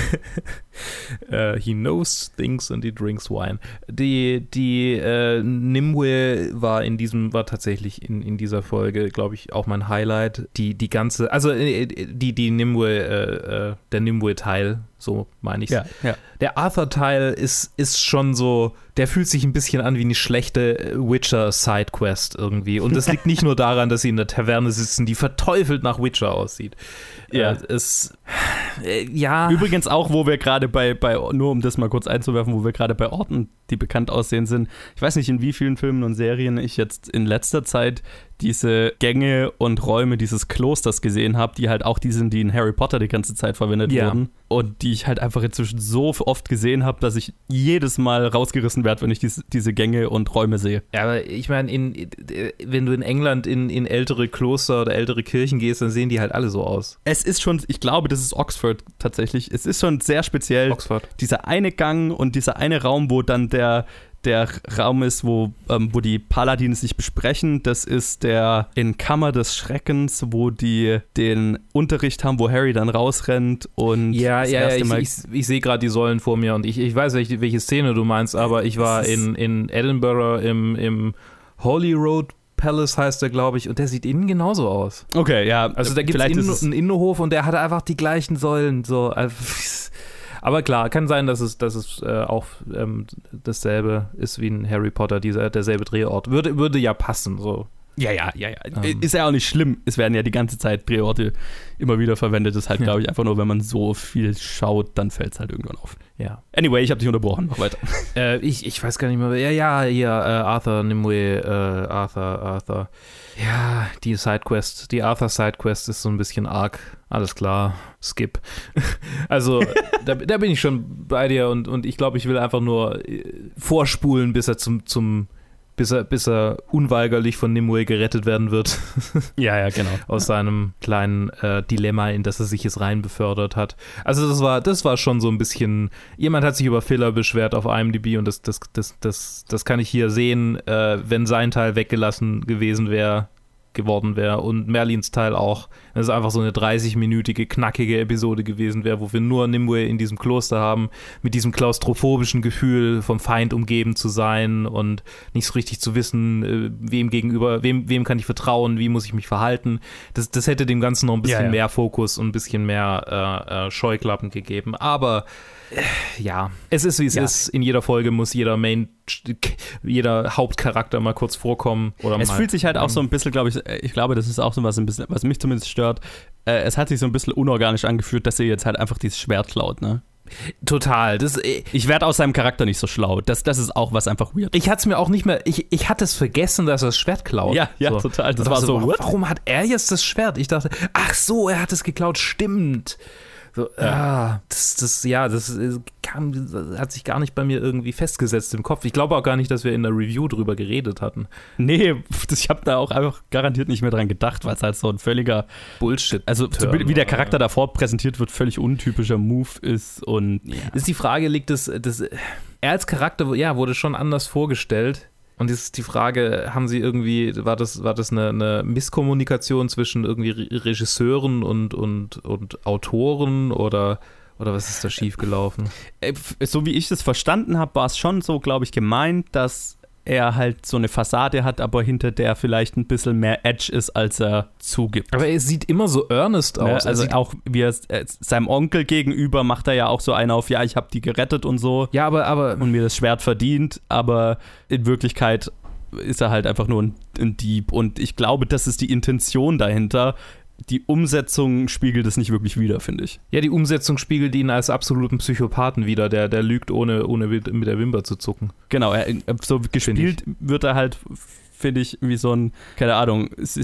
uh, he knows things and he drinks wine. Die, die äh, Nimue war in diesem, war tatsächlich in, in dieser Folge, glaube ich, auch mein Highlight. Die, die ganze, also die, die Nimue, äh, der Nimue-Teil So meine ich's. Ja, ja. Der Arthur-Teil ist, ist schon so, der fühlt sich ein bisschen an wie eine schlechte Witcher-Sidequest irgendwie. Und das liegt nicht nur daran, dass sie in der Taverne sitzen, die verteufelt nach Witcher aussieht. Ja. Äh, es, äh, ja. Übrigens auch, wo wir gerade bei, bei, nur um das mal kurz einzuwerfen, wo wir gerade bei Orten, die bekannt aussehen, sind. Ich weiß nicht, in wie vielen Filmen und Serien ich jetzt in letzter Zeit diese Gänge und Räume dieses Klosters gesehen habe, die halt auch die sind, die in Harry Potter die ganze Zeit verwendet ja. wurden. Und die ich halt einfach inzwischen so oft gesehen habe, dass ich jedes Mal rausgerissen werde, wenn ich diese, diese Gänge und Räume sehe. Ja, aber ich meine, in, wenn du in England in, in ältere Kloster oder ältere Kirchen gehst, dann sehen die halt alle so aus. Es ist schon, ich glaube, das ist Oxford tatsächlich. Es ist schon sehr speziell. Oxford. Dieser eine Gang und dieser eine Raum, wo dann der der Raum ist, wo, ähm, wo die Paladine sich besprechen. Das ist der in Kammer des Schreckens, wo die den Unterricht haben, wo Harry dann rausrennt und ja, das ja, erste ja, Mal ich, ich, ich sehe gerade die Säulen vor mir und ich, ich weiß, welche, welche Szene du meinst, aber ich war in, in Edinburgh im, im Holyrood Palace heißt der, glaube ich, und der sieht innen genauso aus. Okay, ja. Also da gibt es einen Innenhof und der hat einfach die gleichen Säulen, so. Aber klar, kann sein, dass es, dass es äh, auch ähm, dasselbe ist wie in Harry Potter, dieser, derselbe Drehort. Würde, würde ja passen, so. Ja, ja, ja, ja. Ähm. Ist ja auch nicht schlimm. Es werden ja die ganze Zeit Drehorte immer wieder verwendet. Das ist halt, ja. glaube ich, einfach nur, wenn man so viel schaut, dann fällt es halt irgendwann auf. Ja. Anyway, ich habe dich unterbrochen. Mach weiter. Äh, ich, ich weiß gar nicht mehr. Ja, ja, hier, äh, Arthur Nimue, äh, Arthur, Arthur. Ja, die Sidequest, die Arthur-Sidequest ist so ein bisschen arg. Alles klar, skip. Also, da, da bin ich schon bei dir und, und ich glaube, ich will einfach nur vorspulen, bis er zum, zum bis er, bis er unweigerlich von Nimue gerettet werden wird. Ja, ja, genau. Aus seinem kleinen äh, Dilemma, in das er sich jetzt rein befördert hat. Also das war, das war schon so ein bisschen, jemand hat sich über Filler beschwert auf I M D B und das, das, das, das, das kann ich hier sehen, äh, wenn sein Teil weggelassen gewesen wäre, geworden wäre und Merlins Teil auch, dass es einfach so eine dreißig-minütige, knackige Episode gewesen wäre, wo wir nur Nimue in diesem Kloster haben, mit diesem klaustrophobischen Gefühl, vom Feind umgeben zu sein und nicht so richtig zu wissen, wem gegenüber, wem, wem kann ich vertrauen, wie muss ich mich verhalten. Das, das hätte dem Ganzen noch ein bisschen ja, ja. mehr Fokus und ein bisschen mehr äh, äh, Scheuklappen gegeben. Aber äh, ja, es ist wie es ja. ist. In jeder Folge muss jeder Main jeder Hauptcharakter mal kurz vorkommen. Oder es mal fühlt sich halt auch so ein bisschen, glaube ich, ich glaube, das ist auch so was, ein bisschen, was mich zumindest stört. Äh, es hat sich so ein bisschen unorganisch angefühlt, dass er jetzt halt einfach dieses Schwert klaut, ne? Total. Das, ich werde aus seinem Charakter nicht so schlau. Das, das ist auch was einfach weird. Ich hatte es mir auch nicht mehr, ich, ich hatte es vergessen, dass er das Schwert klaut. Ja, ja, so. total. Das, das war so, so, warum hat er jetzt das Schwert? Ich dachte, ach so, er hat es geklaut, stimmt. So, ja. Ah, das, das, ja, das kam, das hat sich gar nicht bei mir irgendwie festgesetzt im Kopf. Ich glaube auch gar nicht, dass wir in der Review drüber geredet hatten. Nee, ich habe da auch einfach garantiert nicht mehr dran gedacht, weil es halt so ein völliger Bullshit, also so, wie der Charakter davor präsentiert wird, völlig untypischer Move ist und ja. Ist die Frage, liegt das, das, er als Charakter, ja, wurde schon anders vorgestellt. Und jetzt ist die Frage, haben sie irgendwie, war das, war das eine, eine Misskommunikation zwischen irgendwie Regisseuren und, und, und Autoren oder, oder was ist da schiefgelaufen? So wie ich das verstanden habe, war es schon so, glaube ich, gemeint, dass er halt so eine Fassade hat, aber hinter der vielleicht ein bisschen mehr Edge ist, als er zugibt. Aber er sieht immer so earnest aus. Ja, also auch wie er äh, seinem Onkel gegenüber macht er ja auch so einen auf, ja, ich habe die gerettet und so. Ja, aber, aber und mir das Schwert verdient, aber in Wirklichkeit ist er halt einfach nur ein, ein Dieb und ich glaube, das ist die Intention dahinter. Die Umsetzung spiegelt es nicht wirklich wider, finde ich. Ja, die Umsetzung spiegelt ihn als absoluten Psychopathen wider, der, der lügt, ohne, ohne mit der Wimper zu zucken. Genau, er, so gespielt wird er halt, finde ich, wie so ein, keine Ahnung, C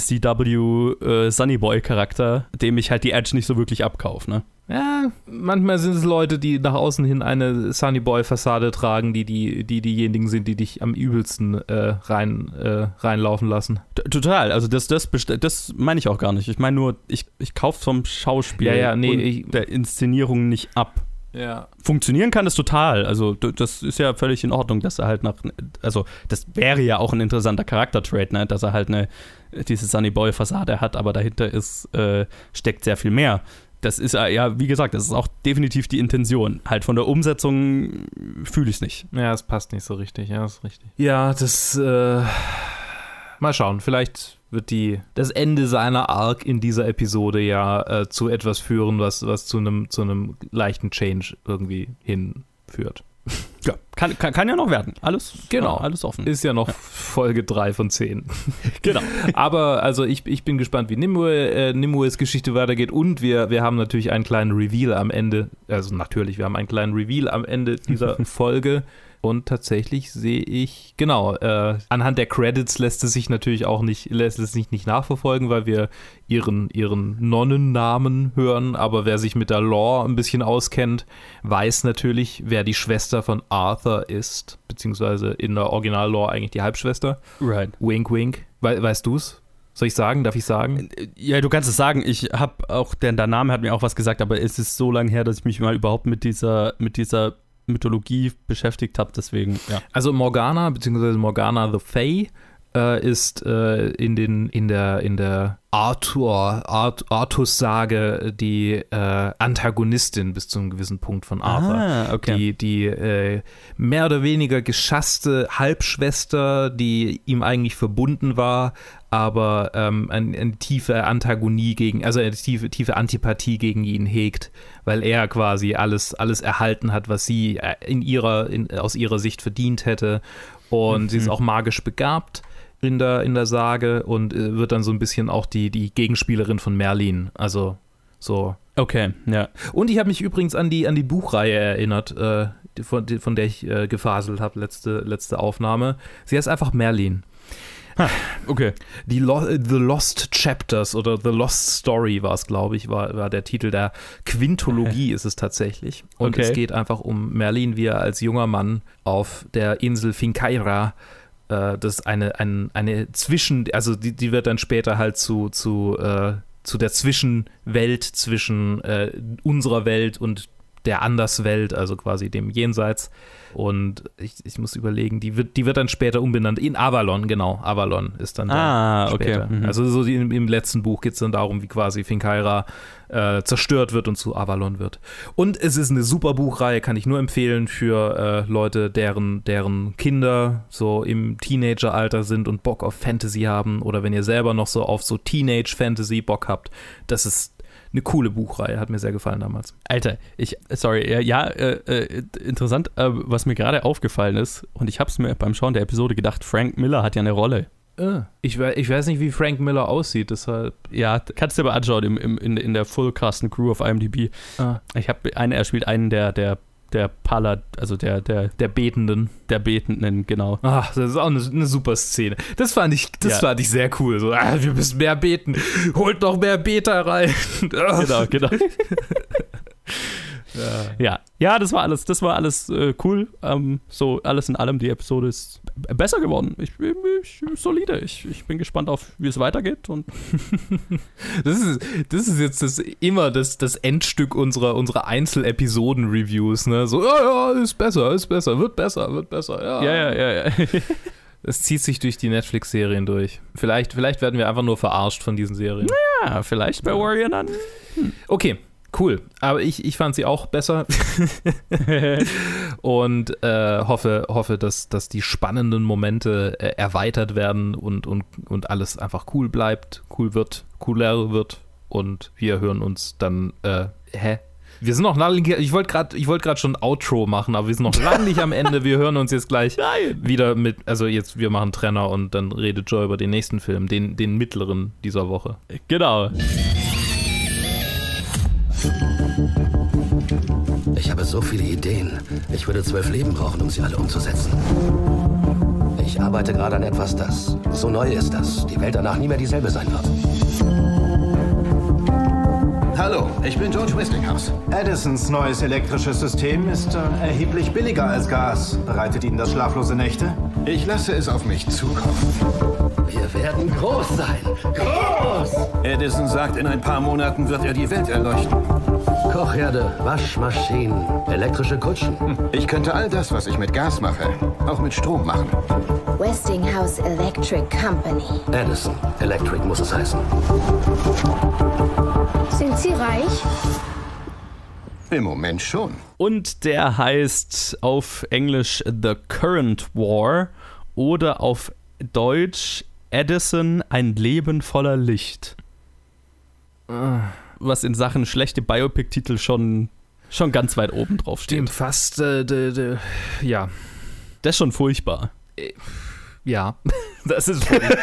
W äh, Sunny Boy Charakter, dem ich halt die Edge nicht so wirklich abkaufe, ne? Ja, manchmal sind es Leute, die nach außen hin eine Sunny Boy Fassade tragen, die, die, die diejenigen sind, die dich am übelsten äh, rein, äh, reinlaufen lassen. Total, also das, das, das meine ich auch gar nicht. Ich meine nur, ich, ich kaufe vom Schauspiel ja, ja, nee, und ich, der Inszenierung nicht ab. Ja. Funktionieren kann das total, also das ist ja völlig in Ordnung, dass er halt nach, also das wäre ja auch ein interessanter Charakter-Trait, ne? Dass er halt eine, diese Sunny Boy Fassade hat, aber dahinter ist, äh, steckt sehr viel mehr. Das ist ja, wie gesagt, das ist auch definitiv die Intention. Halt von der Umsetzung fühle ich es nicht. Ja, es passt nicht so richtig, ja, das ist richtig. Ja, das, äh, mal schauen, vielleicht wird die, das Ende seiner Arc in dieser Episode ja äh, zu etwas führen, was, was zu einem zu einem leichten Change irgendwie hinführt. Ja, kann, kann, kann ja noch werden. Alles, genau. Ja, alles offen. Ist ja noch ja. Folge drei von zehn. Genau. Aber also ich, ich bin gespannt, wie Nimue, äh, Nimues Geschichte weitergeht und wir, wir haben natürlich einen kleinen Reveal am Ende, also natürlich, wir haben einen kleinen Reveal am Ende dieser Folge. Und tatsächlich sehe ich, genau, äh, anhand der Credits lässt es sich natürlich auch nicht, lässt es sich nicht nachverfolgen, weil wir ihren, ihren Nonnennamen hören, aber wer sich mit der Lore ein bisschen auskennt, weiß natürlich, wer die Schwester von Arthur ist, beziehungsweise in der Original-Lore eigentlich die Halbschwester. Right. Wink, wink. We- weißt du's? Soll ich sagen? Darf ich sagen? Ja, du kannst es sagen. Ich habe auch, der, der Name hat mir auch was gesagt, aber es ist so lange her, dass ich mich mal überhaupt mit dieser, mit dieser Mythologie beschäftigt habe, deswegen, ja. Also Morgana, beziehungsweise Morgana the Fae, äh, ist äh, in, den, in der, in der Arthur, Art, Artus-Sage die äh, Antagonistin bis zu einem gewissen Punkt von Arthur. Ah, okay. Die, die äh, mehr oder weniger geschasste Halbschwester, die ihm eigentlich verbunden war, aber ähm, eine, eine tiefe Antagonie gegen, also eine tiefe, tiefe Antipathie gegen ihn hegt, weil er quasi alles, alles erhalten hat, was sie in ihrer, in, aus ihrer Sicht verdient hätte. Und mhm. sie ist auch magisch begabt in der, in der Sage und äh, wird dann so ein bisschen auch die, die Gegenspielerin von Merlin. Also so. Okay, ja. Und ich habe mich übrigens an die, an die Buchreihe erinnert, äh, von, die, von der ich äh, gefaselt habe, letzte, letzte Aufnahme. Sie heißt einfach Merlin. Ha, okay. Die Lo- The Lost Chapters oder The Lost Story war es, glaube ich, war, war der Titel der Quintologie ist es tatsächlich. Und okay. Es geht einfach um Merlin, wie er als junger Mann auf der Insel Fincaira, äh, das ist eine, ein, eine Zwischen, also die, die wird dann später halt zu, zu, äh, zu der Zwischenwelt zwischen äh, unserer Welt und der Anderswelt, also quasi dem Jenseits. Und ich, ich muss überlegen, die wird, die wird dann später umbenannt in Avalon, genau. Avalon ist dann ah, da später. Okay. Mhm. Also so die, im, im letzten Buch geht es dann darum, wie quasi Fincaira äh, zerstört wird und zu Avalon wird. Und es ist eine super Buchreihe, kann ich nur empfehlen für äh, Leute, deren, deren Kinder so im Teenageralter sind und Bock auf Fantasy haben oder wenn ihr selber noch so auf so Teenage-Fantasy Bock habt. Das ist eine coole Buchreihe, hat mir sehr gefallen damals. Alter, ich, sorry, ja, ja äh, äh, interessant, äh, was mir gerade aufgefallen ist, und ich hab's mir beim Schauen der Episode gedacht, Frank Miller hat ja eine Rolle. Äh, ich, ich weiß nicht, wie Frank Miller aussieht, deshalb. Ja, kannst du dir aber anschauen, im, im, in, in der Full Cast and Crew auf I M D B. Ah. Ich habe einen, er spielt einen der, der der Palad, also der, der, der Betenden. Der Betenden, genau. Ach, das ist auch eine, eine super Szene. Das fand ich, das ja. fand ich sehr cool. So, ah, wir müssen mehr beten. Holt noch mehr Beter rein. Genau, genau. Ja. ja, ja, das war alles, das war alles äh, cool. Ähm, so alles in allem, die Episode ist b- besser geworden. Ich bin solide. Ich, ich bin gespannt auf, wie es weitergeht. Und das ist, das ist jetzt das, immer das, das Endstück unserer, unserer Einzel-Episoden-Reviews. Ne? So, ja, ja, ist besser, ist besser, wird besser, wird besser. Ja, ja, ja, ja. ja. Es zieht sich durch die Netflix-Serien durch. Vielleicht, vielleicht werden wir einfach nur verarscht von diesen Serien. Ja, vielleicht bei Warrior dann. Hm. Okay. Cool, aber ich, ich fand sie auch besser und äh, hoffe, hoffe dass, dass die spannenden Momente äh, erweitert werden und, und, und alles einfach cool bleibt, cool wird, cooler wird und wir hören uns dann, äh, hä? Wir sind noch lange, ich wollte gerade ich wollt gerade schon ein Outro machen, aber wir sind noch lange nicht am Ende, wir hören uns jetzt gleich Nein. wieder mit, also jetzt, wir machen Trenner und dann redet Joe über den nächsten Film, den, den mittleren dieser Woche. Genau. Ich habe so viele Ideen. Ich würde zwölf Leben brauchen, um sie alle umzusetzen. Ich arbeite gerade an etwas, das so neu ist, dass die Welt danach nie mehr dieselbe sein wird. Hallo, ich bin George Westinghouse. Edisons neues elektrisches System ist äh, erheblich billiger als Gas. Bereitet Ihnen das schlaflose Nächte? Ich lasse es auf mich zukommen. Wir werden groß sein. Groß! Edison sagt, in ein paar Monaten wird er die Welt erleuchten. Kochherde, Waschmaschinen, elektrische Kutschen. Ich könnte all das, was ich mit Gas mache, auch mit Strom machen. Westinghouse Electric Company. Edison Electric muss es heißen. Sind Sie reich? Im Moment schon. Und der heißt auf Englisch The Current War oder auf Deutsch Edison, ein Leben voller Licht. Was in Sachen schlechte Biopic-Titel schon, schon ganz weit oben drauf steht. Dem fast, äh, de, de, ja. Das ist schon furchtbar. Ja, das ist furchtbar.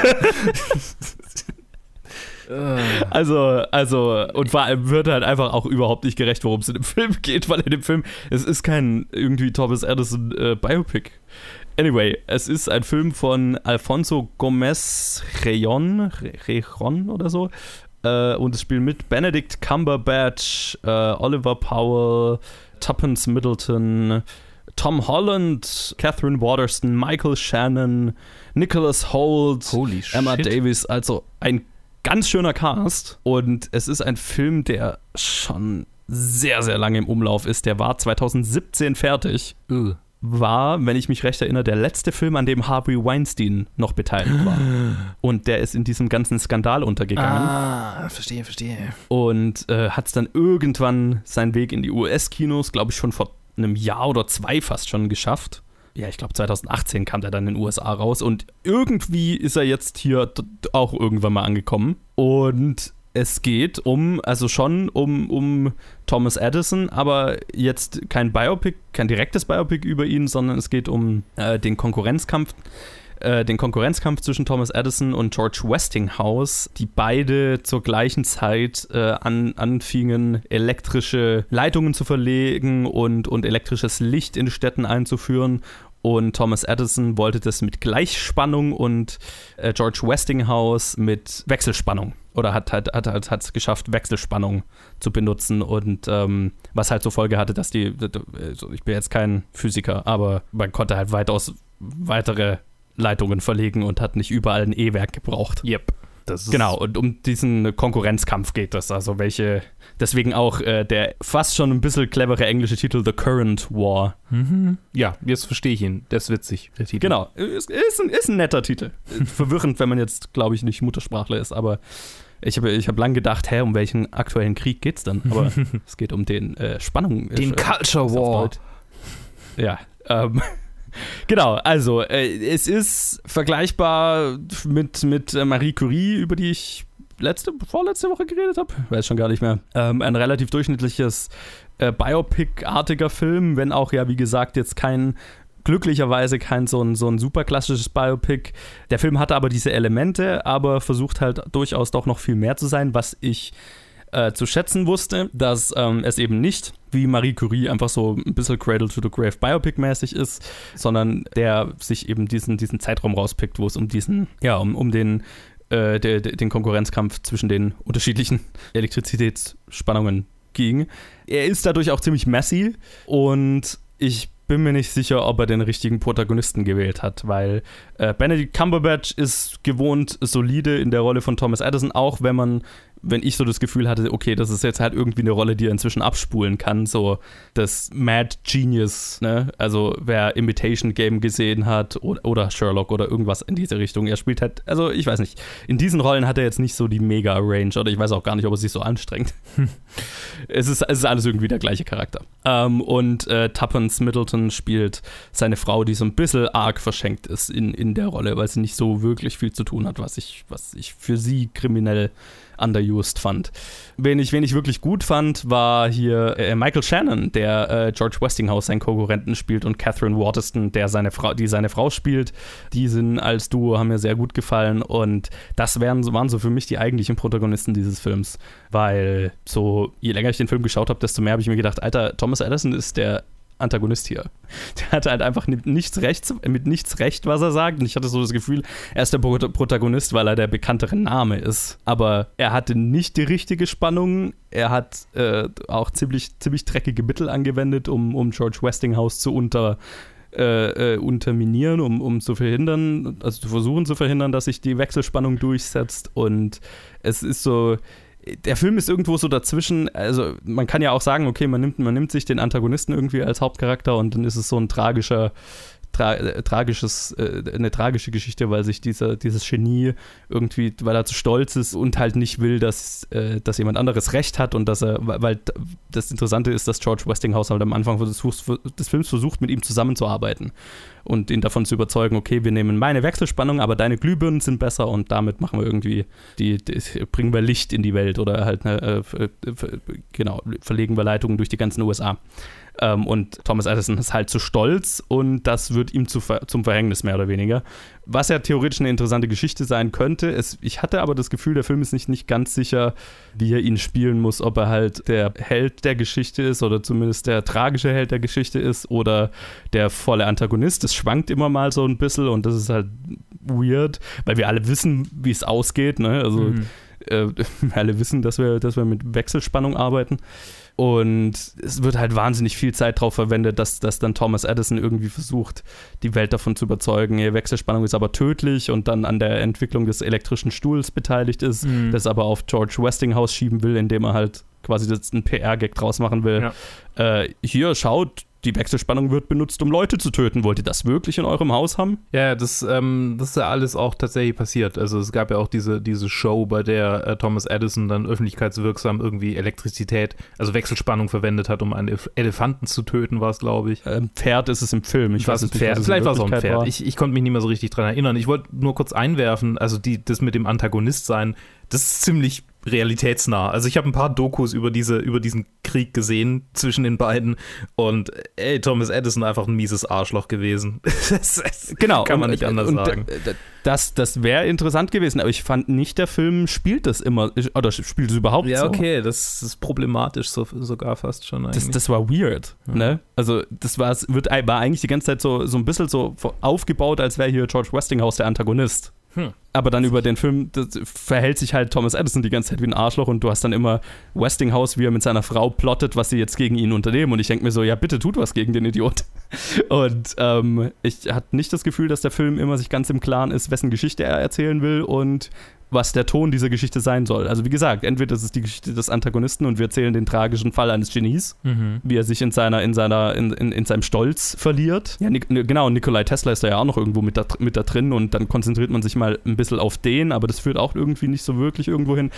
Also, also, und vor allem wird halt einfach auch überhaupt nicht gerecht, worum es in dem Film geht, weil in dem Film, es ist kein irgendwie Thomas Edison äh, Biopic. Anyway, es ist ein Film von Alfonso Gomez Rejon, Rejon oder so, äh, und es spielen mit Benedict Cumberbatch, äh, Oliver Powell, Tuppence Middleton, Tom Holland, Catherine Waterston, Michael Shannon, Nicholas Hoult, Holy shit. Emma Davis, also ein ganz schöner Cast, und es ist ein Film, der schon sehr, sehr lange im Umlauf ist. Der war zwanzig siebzehn fertig. Uh. War, wenn ich mich recht erinnere, der letzte Film, an dem Harvey Weinstein noch beteiligt war. Und der ist in diesem ganzen Skandal untergegangen. Ah, verstehe, verstehe. Und äh, hat es dann irgendwann seinen Weg in die U S-Kinos, glaube ich, schon vor einem Jahr oder zwei fast schon geschafft. Ja, ich glaube zwanzig achtzehn kam der dann in den U S A raus, und irgendwie ist er jetzt hier d- auch irgendwann mal angekommen. Und es geht um, also schon um, um Thomas Edison, aber jetzt kein Biopic, kein direktes Biopic über ihn, sondern es geht um äh, den Konkurrenzkampf, äh, den Konkurrenzkampf zwischen Thomas Edison und George Westinghouse, die beide zur gleichen Zeit äh, an, anfingen, elektrische Leitungen zu verlegen und, und elektrisches Licht in Städten einzuführen. Und Thomas Edison wollte das mit Gleichspannung und äh, George Westinghouse mit Wechselspannung. Oder hat es hat, hat, hat geschafft, Wechselspannung zu benutzen. Und ähm, was halt zur Folge hatte, dass die, also ich bin jetzt kein Physiker, aber man konnte halt weitaus weitere Leitungen verlegen und hat nicht überall ein E-Werk gebraucht. Yep. Das ist genau, und um diesen Konkurrenzkampf geht es. Also welche, deswegen auch äh, der fast schon ein bisschen clevere englische Titel The Current War. Mhm. Ja, jetzt verstehe ich ihn. Der ist witzig, der Titel. Genau, ist, ist, ein, ist ein netter Titel. Verwirrend, wenn man jetzt, glaube ich, nicht Muttersprachler ist, aber ich habe ich hab lang gedacht, hä, um welchen aktuellen Krieg geht's dann? Aber es geht um den äh, Spannung. Den äh, Culture War. Ja, ähm... Genau, also äh, es ist vergleichbar mit, mit äh, Marie Curie, über die ich letzte, vorletzte Woche geredet habe, weiß schon gar nicht mehr. Ähm, ein relativ durchschnittliches äh, Biopic-artiger Film, wenn auch ja, wie gesagt, jetzt kein, glücklicherweise kein so ein, so ein super klassisches Biopic. Der Film hatte aber diese Elemente, aber versucht halt durchaus doch noch viel mehr zu sein, was ich Äh, zu schätzen wusste, dass ähm, es eben nicht wie Marie Curie einfach so ein bisschen Cradle to the Grave Biopic-mäßig ist, sondern der sich eben diesen, diesen Zeitraum rauspickt, wo es um diesen, ja, um, um den, äh, der, der, den Konkurrenzkampf zwischen den unterschiedlichen Elektrizitätsspannungen ging. Er ist dadurch auch ziemlich messy, und ich bin mir nicht sicher, ob er den richtigen Protagonisten gewählt hat, weil äh, Benedict Cumberbatch ist gewohnt solide in der Rolle von Thomas Edison, auch wenn man wenn ich so das Gefühl hatte, okay, das ist jetzt halt irgendwie eine Rolle, die er inzwischen abspulen kann, so das Mad Genius, ne? Also wer Imitation Game gesehen hat oder, oder Sherlock oder irgendwas in diese Richtung, er spielt halt, also ich weiß nicht, in diesen Rollen hat er jetzt nicht so die Mega-Range, oder ich weiß auch gar nicht, ob er sich so anstrengt. es, ist, es ist alles irgendwie der gleiche Charakter. Ähm, und äh, Tuppence Middleton spielt seine Frau, die so ein bisschen arg verschenkt ist in, in der Rolle, weil sie nicht so wirklich viel zu tun hat, was ich, was ich für sie kriminell underused fand. Wen ich, wen ich wirklich gut fand, war hier äh, Michael Shannon, der äh, George Westinghouse seinen Konkurrenten spielt, und Catherine Waterston, der seine Frau, die seine Frau spielt. Die sind als Duo, haben mir sehr gut gefallen, und das wären, waren so für mich die eigentlichen Protagonisten dieses Films, weil so, je länger ich den Film geschaut habe, desto mehr habe ich mir gedacht, Alter, Thomas Edison ist der Antagonist hier. Der hat halt einfach nichts recht, mit nichts recht, was er sagt. Und ich hatte so das Gefühl, er ist der Protagonist, weil er der bekanntere Name ist. Aber er hatte nicht die richtige Spannung. Er hat äh, auch ziemlich, ziemlich dreckige Mittel angewendet, um, um George Westinghouse zu unter, äh, äh, unterminieren, um, um zu verhindern, also zu versuchen zu verhindern, dass sich die Wechselspannung durchsetzt. Und es ist so, der Film ist irgendwo so dazwischen, also man kann ja auch sagen, okay, man nimmt, man nimmt sich den Antagonisten irgendwie als Hauptcharakter, und dann ist es so ein tragischer, tra- äh, tragisches, äh, eine tragische Geschichte, weil sich dieser, dieses Genie irgendwie, weil er zu stolz ist und halt nicht will, dass, äh, dass jemand anderes Recht hat und dass er, weil das Interessante ist, dass George Westinghouse halt am Anfang des, des Films versucht, mit ihm zusammenzuarbeiten und ihn davon zu überzeugen, okay, wir nehmen meine Wechselspannung, aber deine Glühbirnen sind besser und damit machen wir irgendwie, die, die bringen wir Licht in die Welt oder halt, ne, äh, genau, verlegen wir Leitungen durch die ganzen U S A. Ähm, und Thomas Edison ist halt zu stolz und das wird ihm zu ver- zum Verhängnis mehr oder weniger. Was ja theoretisch eine interessante Geschichte sein könnte. Es, ich hatte aber das Gefühl, der Film ist nicht, nicht ganz sicher, wie er ihn spielen muss, ob er halt der Held der Geschichte ist oder zumindest der tragische Held der Geschichte ist oder der volle Antagonist. Das schwankt immer mal so ein bisschen und das ist halt weird, weil wir alle wissen, wie es ausgeht, ne? Also mhm. äh, wir alle wissen, dass wir, dass wir mit Wechselspannung arbeiten. Und es wird halt wahnsinnig viel Zeit darauf verwendet, dass, dass dann Thomas Edison irgendwie versucht, die Welt davon zu überzeugen, die Wechselspannung ist aber tödlich und dann an der Entwicklung des elektrischen Stuhls beteiligt ist, mhm. das aber auf George Westinghouse schieben will, indem er halt quasi das einen P R-Gag draus machen will. Ja. Äh, hier, schaut, die Wechselspannung wird benutzt, um Leute zu töten. Wollt ihr das wirklich in eurem Haus haben? Ja, das, ähm, das ist ja alles auch tatsächlich passiert. Also es gab ja auch diese, diese Show, bei der äh, Thomas Edison dann öffentlichkeitswirksam irgendwie Elektrizität, also Wechselspannung verwendet hat, um einen Elef- Elefanten zu töten, war es, glaube ich. Ähm, Pferd ist es im Film. Ich weiß nicht, Pferd. Vielleicht war es auch ein Pferd. Ich, ich konnte mich nicht mehr so richtig dran erinnern. Ich wollte nur kurz einwerfen, also die, das mit dem Antagonist sein, das ist ziemlich realitätsnah. Also ich habe ein paar Dokus über diese über diesen Krieg gesehen zwischen den beiden und ey, Thomas Edison einfach ein mieses Arschloch gewesen. das, das genau, kann man und, nicht anders und, sagen. Das, das wäre interessant gewesen, aber ich fand nicht, der Film spielt das immer, oder spielt es überhaupt ja, so. Ja, okay, das ist problematisch so, sogar fast schon eigentlich. Das, das war weird, ja. ne? Also das war, wird, war eigentlich die ganze Zeit so, so ein bisschen so aufgebaut, als wäre hier George Westinghouse der Antagonist. Hm. Aber dann über den Film das verhält sich halt Thomas Edison die ganze Zeit wie ein Arschloch und du hast dann immer Westinghouse, wie er mit seiner Frau plottet, was sie jetzt gegen ihn unternehmen und ich denke mir so, ja bitte tut was gegen den Idiot. Und ähm, ich hatte nicht das Gefühl, dass der Film immer sich ganz im Klaren ist, wessen Geschichte er erzählen will und was der Ton dieser Geschichte sein soll. Also wie gesagt, entweder ist es die Geschichte des Antagonisten und wir erzählen den tragischen Fall eines Genies, mhm. wie er sich in seiner, in seiner, in, in, in seinem Stolz verliert. Ja, Nik- genau, Nikolai Tesla ist da ja auch noch irgendwo mit da, mit da drin und dann konzentriert man sich mal ein bisschen auf den, aber das führt auch irgendwie nicht so wirklich irgendwo hin.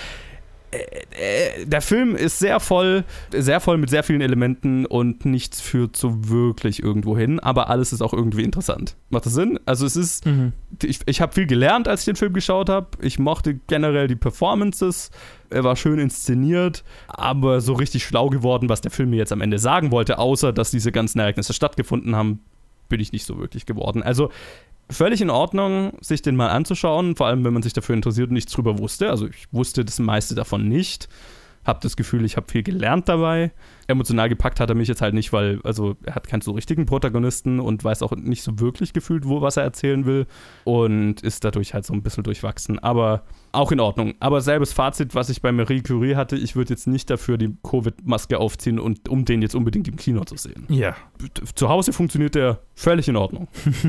Der Film ist sehr voll, sehr voll mit sehr vielen Elementen und nichts führt so wirklich irgendwo hin, aber alles ist auch irgendwie interessant. Macht das Sinn? Also es ist, mhm. ich, ich habe viel gelernt, als ich den Film geschaut habe. Ich mochte generell die Performances. Er war schön inszeniert, aber so richtig schlau geworden, was der Film mir jetzt am Ende sagen wollte, außer dass diese ganzen Ereignisse stattgefunden haben, bin ich nicht so wirklich geworden. Also völlig in Ordnung, sich den mal anzuschauen, vor allem, wenn man sich dafür interessiert und nichts drüber wusste. Also ich wusste das meiste davon nicht. Hab das Gefühl, ich habe viel gelernt dabei. Emotional gepackt hat er mich jetzt halt nicht, weil, also er hat keinen so richtigen Protagonisten und weiß auch nicht so wirklich gefühlt, wo, was er erzählen will und ist dadurch halt so ein bisschen durchwachsen. Aber auch in Ordnung. Aber selbes Fazit, was ich bei Marie Curie hatte, ich würde jetzt nicht dafür die Covid-Maske aufziehen, und um den jetzt unbedingt im Kino zu sehen. Ja. Zu Hause funktioniert der völlig in Ordnung.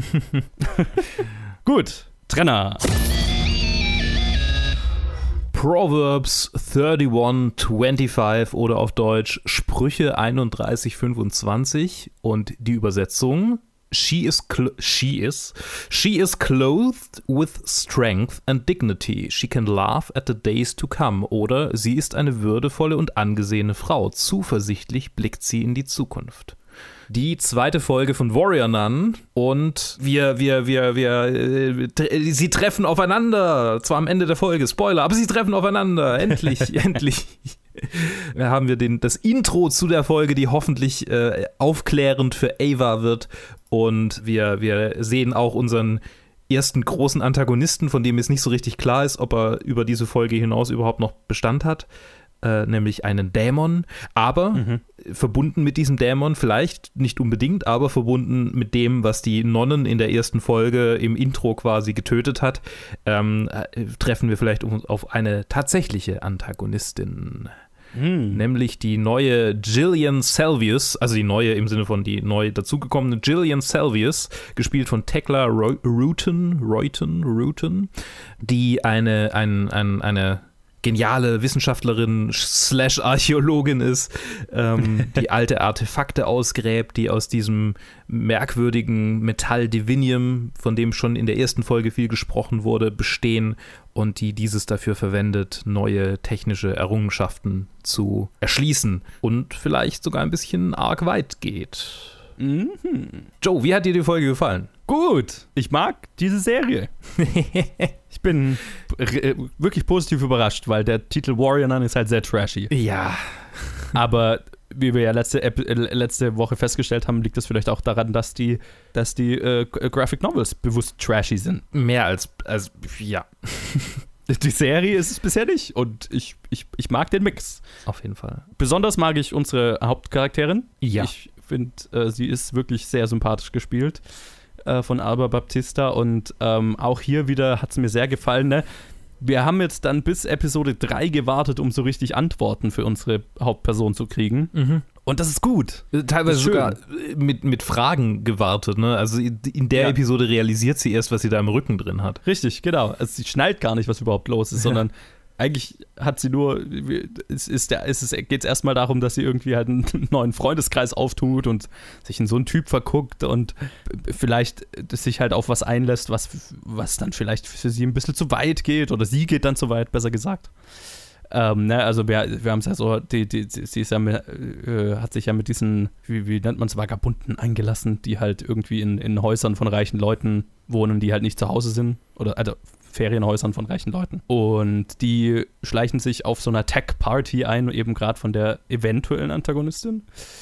Gut, Trenner. Proverbs einunddreißig fünfundzwanzig oder auf Deutsch Sprüche einunddreißig fünfundzwanzig und die Übersetzung She is, cl- she is, she is clothed with strength and dignity. She can laugh at the days to come. Oder sie ist eine würdevolle und angesehene Frau. Zuversichtlich blickt sie in die Zukunft. Die zweite Folge von Warrior Nun und wir, wir, wir, wir, äh, tre- sie treffen aufeinander. Zwar am Ende der Folge, Spoiler, aber sie treffen aufeinander. Endlich, endlich. Da haben wir den, das Intro zu der Folge, die hoffentlich äh, aufklärend für Ava wird. Und wir, wir sehen auch unseren ersten großen Antagonisten, von dem es nicht so richtig klar ist, ob er über diese Folge hinaus überhaupt noch Bestand hat. Äh, nämlich einen Dämon, aber mhm. verbunden mit diesem Dämon, vielleicht nicht unbedingt, aber verbunden mit dem, was die Nonnen in der ersten Folge im Intro quasi getötet hat, ähm, äh, treffen wir vielleicht auf eine tatsächliche Antagonistin. Mhm. Nämlich die neue Gillian Salvius, also die neue im Sinne von die neu dazugekommene Gillian Salvius, gespielt von Tekla Rutan, Rutan, Rutan, die eine, ein, ein, eine geniale Wissenschaftlerin slash Archäologin ist, ähm, die alte Artefakte ausgräbt, die aus diesem merkwürdigen Metall Divinium, von dem schon in der ersten Folge viel gesprochen wurde, bestehen und die dieses dafür verwendet, neue technische Errungenschaften zu erschließen und vielleicht sogar ein bisschen arg weit geht. Mhm. Joe, wie hat dir die Folge gefallen? Gut, ich mag diese Serie. Ich bin r- wirklich positiv überrascht, weil der Titel Warrior Nun ist halt sehr trashy. Ja. Aber wie wir ja letzte, äh, letzte Woche festgestellt haben, liegt das vielleicht auch daran, dass die, dass die äh, Graphic Novels bewusst trashy sind. Mehr als, als ja. Die Serie ist es bisher nicht und ich, ich, ich mag den Mix. Auf jeden Fall. Besonders mag ich unsere Hauptcharakterin. Ja. Ich finde, äh, sie ist wirklich sehr sympathisch gespielt äh, von Alba Baptista und ähm, auch hier wieder hat es mir sehr gefallen, ne? Wir haben jetzt dann bis Episode drei gewartet, um so richtig Antworten für unsere Hauptperson zu kriegen. Mhm. Und das ist gut. Teilweise ist sogar mit, mit Fragen gewartet, ne? Also in der ja. Episode realisiert sie erst, was sie da im Rücken drin hat. Richtig, genau. Also sie schnallt gar nicht, was überhaupt los ist, sondern eigentlich hat sie nur, es ist der, es ist, geht es erstmal darum, dass sie irgendwie halt einen neuen Freundeskreis auftut und sich in so einen Typ verguckt und vielleicht sich halt auf was einlässt, was, was dann vielleicht für sie ein bisschen zu weit geht oder sie geht dann zu weit, besser gesagt. Ähm, ne, also wir, wir haben es ja so, die, die, sie ist ja mit, äh, hat sich ja mit diesen, wie, wie nennt man es, Vagabunden eingelassen, die halt irgendwie in, in Häusern von reichen Leuten wohnen, die halt nicht zu Hause sind oder also Ferienhäusern von reichen Leuten. Und die schleichen sich auf so einer Tech-Party ein, eben gerade von der eventuellen Antagonistin.